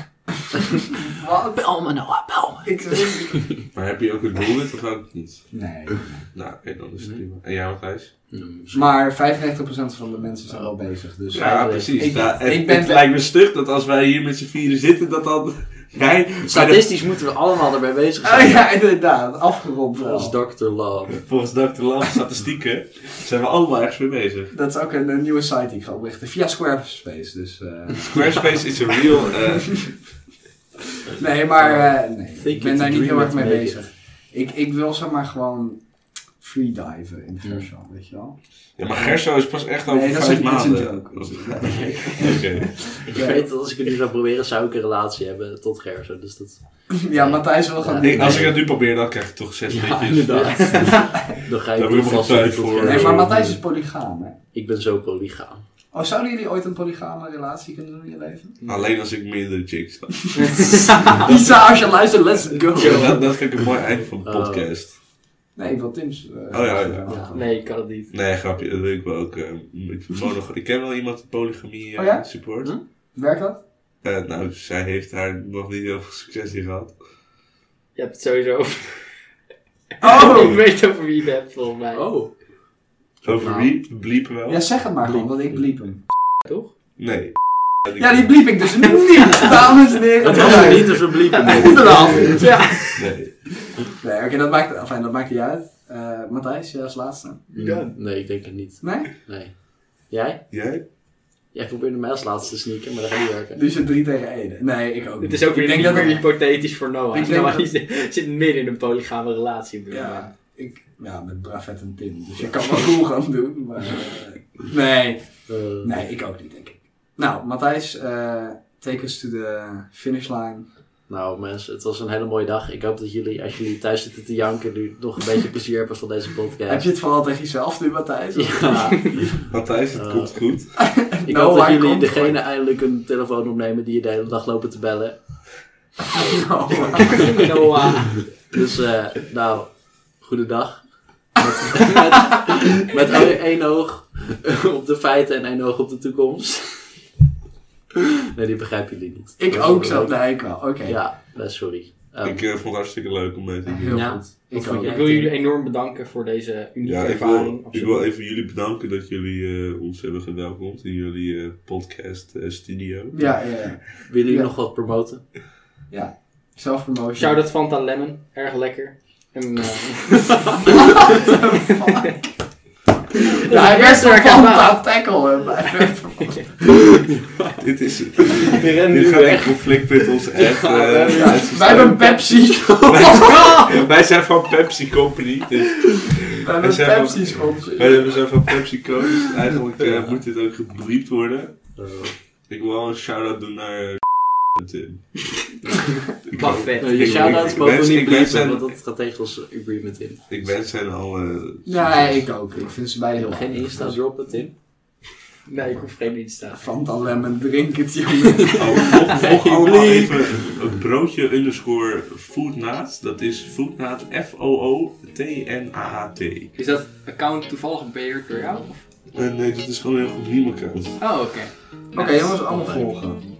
Wat? Bel me, Noah, bel me. Ik weet niet. Maar heb je ook een doel met of ook niet? Nee. Nou, oké, dan is het prima. En jij, Matthijs? Maar vijfennegentig procent van de mensen zijn wel bezig. Dus Ja, Ja, precies. ik- Ja, het, ik ben- het lijkt me stug dat als wij hier met z'n vieren zitten, dat dan jij... Statistisch moeten we allemaal erbij bezig Oh zijn. ja, inderdaad. Afgerond wel. Volgens dokter Love. Volgens dokter Love statistieken zijn we allemaal ergens mee bezig. Dat is ook een, een nieuwe site die ik ga oprichten. Via Squarespace. Dus, eh, Squarespace is een real... eh, nee, maar eh, nee. Think ik ben it's daar a niet heel dream erg mee to make bezig. Ik, ik wil zeg maar gewoon freediven in Gershon, weet je wel? ja, maar Gerso is pas echt over Nee, dat is vijf een, dat is een maanden. joke. Oké. Ik weet dat als ik het nu zou proberen, zou ik een relatie hebben tot Gerso. Dus dat... Ja, Matthijs wil gaan Ja. doen. Ik- Als ik dat nu probeer, dan krijg ik toch zes Ja, liedjes. inderdaad. Dan ga je Daar moet je toch nog vast tijd tot voor. Gerso. Nee, maar Matthijs is polygaam, hè? Ik ben zo polygaam. Oh, zouden jullie ooit een polygame relatie kunnen doen in je leven? Alleen als ik meerdere chicks had. Isa, als je luistert, let's go! Ja, dat, dat vind ik een mooi einde van de Oh. podcast. Nee, ik wil Tim's... eh, Oh ja, ja. Ja. Nee, ik kan het niet. Nee, grapje, dat wil ik wel ook. eh, ik, monog- ik ken wel iemand die polygamie eh, Oh ja? support. Hm? Werkt dat? Eh, nou, zij heeft daar nog niet heel veel succes in gehad. Je hebt het sowieso over... Oh! ik weet over wie je het hebt, volgens mij. Oh. Over Nou. wie? Bliepen wel? Ja, zeg het maar gewoon, want ik bliep hem. Toch? Nee. Ja, die bliep ik dus niet, dames en heren. Dat was er niet, dus we bliepen niet. Inderdaad. Ja. Nee. Nee, oké, dat maakt, enfin, dat maakt niet uit. Eh Matthijs, jij als laatste? Mm, Nee, ik denk het niet. Nee? Nee. Jij? Jij? Jij probeerde mij als laatste te sneaken, maar dat gaat niet werken. Nu is het drie tegen één. Nee, ik ook Het niet. is ook weer ik denk niet dat meer het- hypothetisch voor Noah. Ik denk Noah dat- die zit, zit midden in een polygame relatie. op dit moment. Ja, ik, ja, met Bravet en Tim. Dus je kan wel cool gaan doen, maar... eh, nee. Eh, Nee, ik ook niet, denk ik. Nou, Matthijs, eh take us to the finish line. Nou mensen, het was een hele mooie dag. Ik hoop dat jullie, als jullie thuis zitten te janken, nu nog een beetje plezier hebben van deze podcast. Heb je het vooral tegen jezelf nu, Matthijs? Ja. Matthijs, het Eh. komt goed. Ik Nou, hoop dat hij jullie komt degene goed. eindelijk een telefoon opnemen die je de hele dag lopen te bellen. Nou, Noah. Dus, eh, nou, goedendag. Met, met, met één oog op de feiten en één oog op de toekomst. Nee, die begrijpen jullie niet. ik Dat is ook wel zo. leuk. Nee, ik wel. Oké. Ja, nee, sorry. Um, Ik eh, vond het hartstikke leuk om mee te doen. Heel Ja. goed. Wat Ik vond ook. jij? Ik wil jullie enorm bedanken voor deze unieke Ja, ik ervaring. wil, ik wil even jullie bedanken dat jullie eh, ons hebben gewelkomd in jullie eh, podcast eh, studio. Ja, ja, ja. Willen jullie Ja. nog wat promoten? Self-promotion. Shout-out Fanta Lemon. Erg lekker. En, eh, Ja, hij werd Eerst waar zo ik aan van wou. tackle. Hij werd vervangen. Dit is... Die rennen Dit nu gaat in weg. conflict met ons ad. Uh, Wij hebben Pepsi. Wij zijn van Pepsi Company. Dus Wij hebben zijn van- Pepsi sponsor. wij hebben zo van Pepsi Co. Dus eigenlijk uh, moet dit ook gebliept worden. Ik wil wel een shout-out doen naar uh, Tim. Ik Mag hoop- vet. Ja, Je je- shout-outs ik mogen wens- niet ik wens bliepen, hen- want dat gaat tegen ons agreement in. Ik wens hen al... Uh, Ja, ik ook. Ik vind ze beide heel Geen aardig. Insta droppen, Tim? Nee, ik hoef geen Insta. Fanta lemon, drink het, jongen. Oh, volg, volg Nee, allemaal please. even het broodje underscore foodnaat. Dat is foodnaat F O O T N A A T. Is dat account toevallig beheerd door jou? Uh, nee, dat is gewoon een heel goed meme-account. Oh, oké. Oké, jongens, allemaal volgen.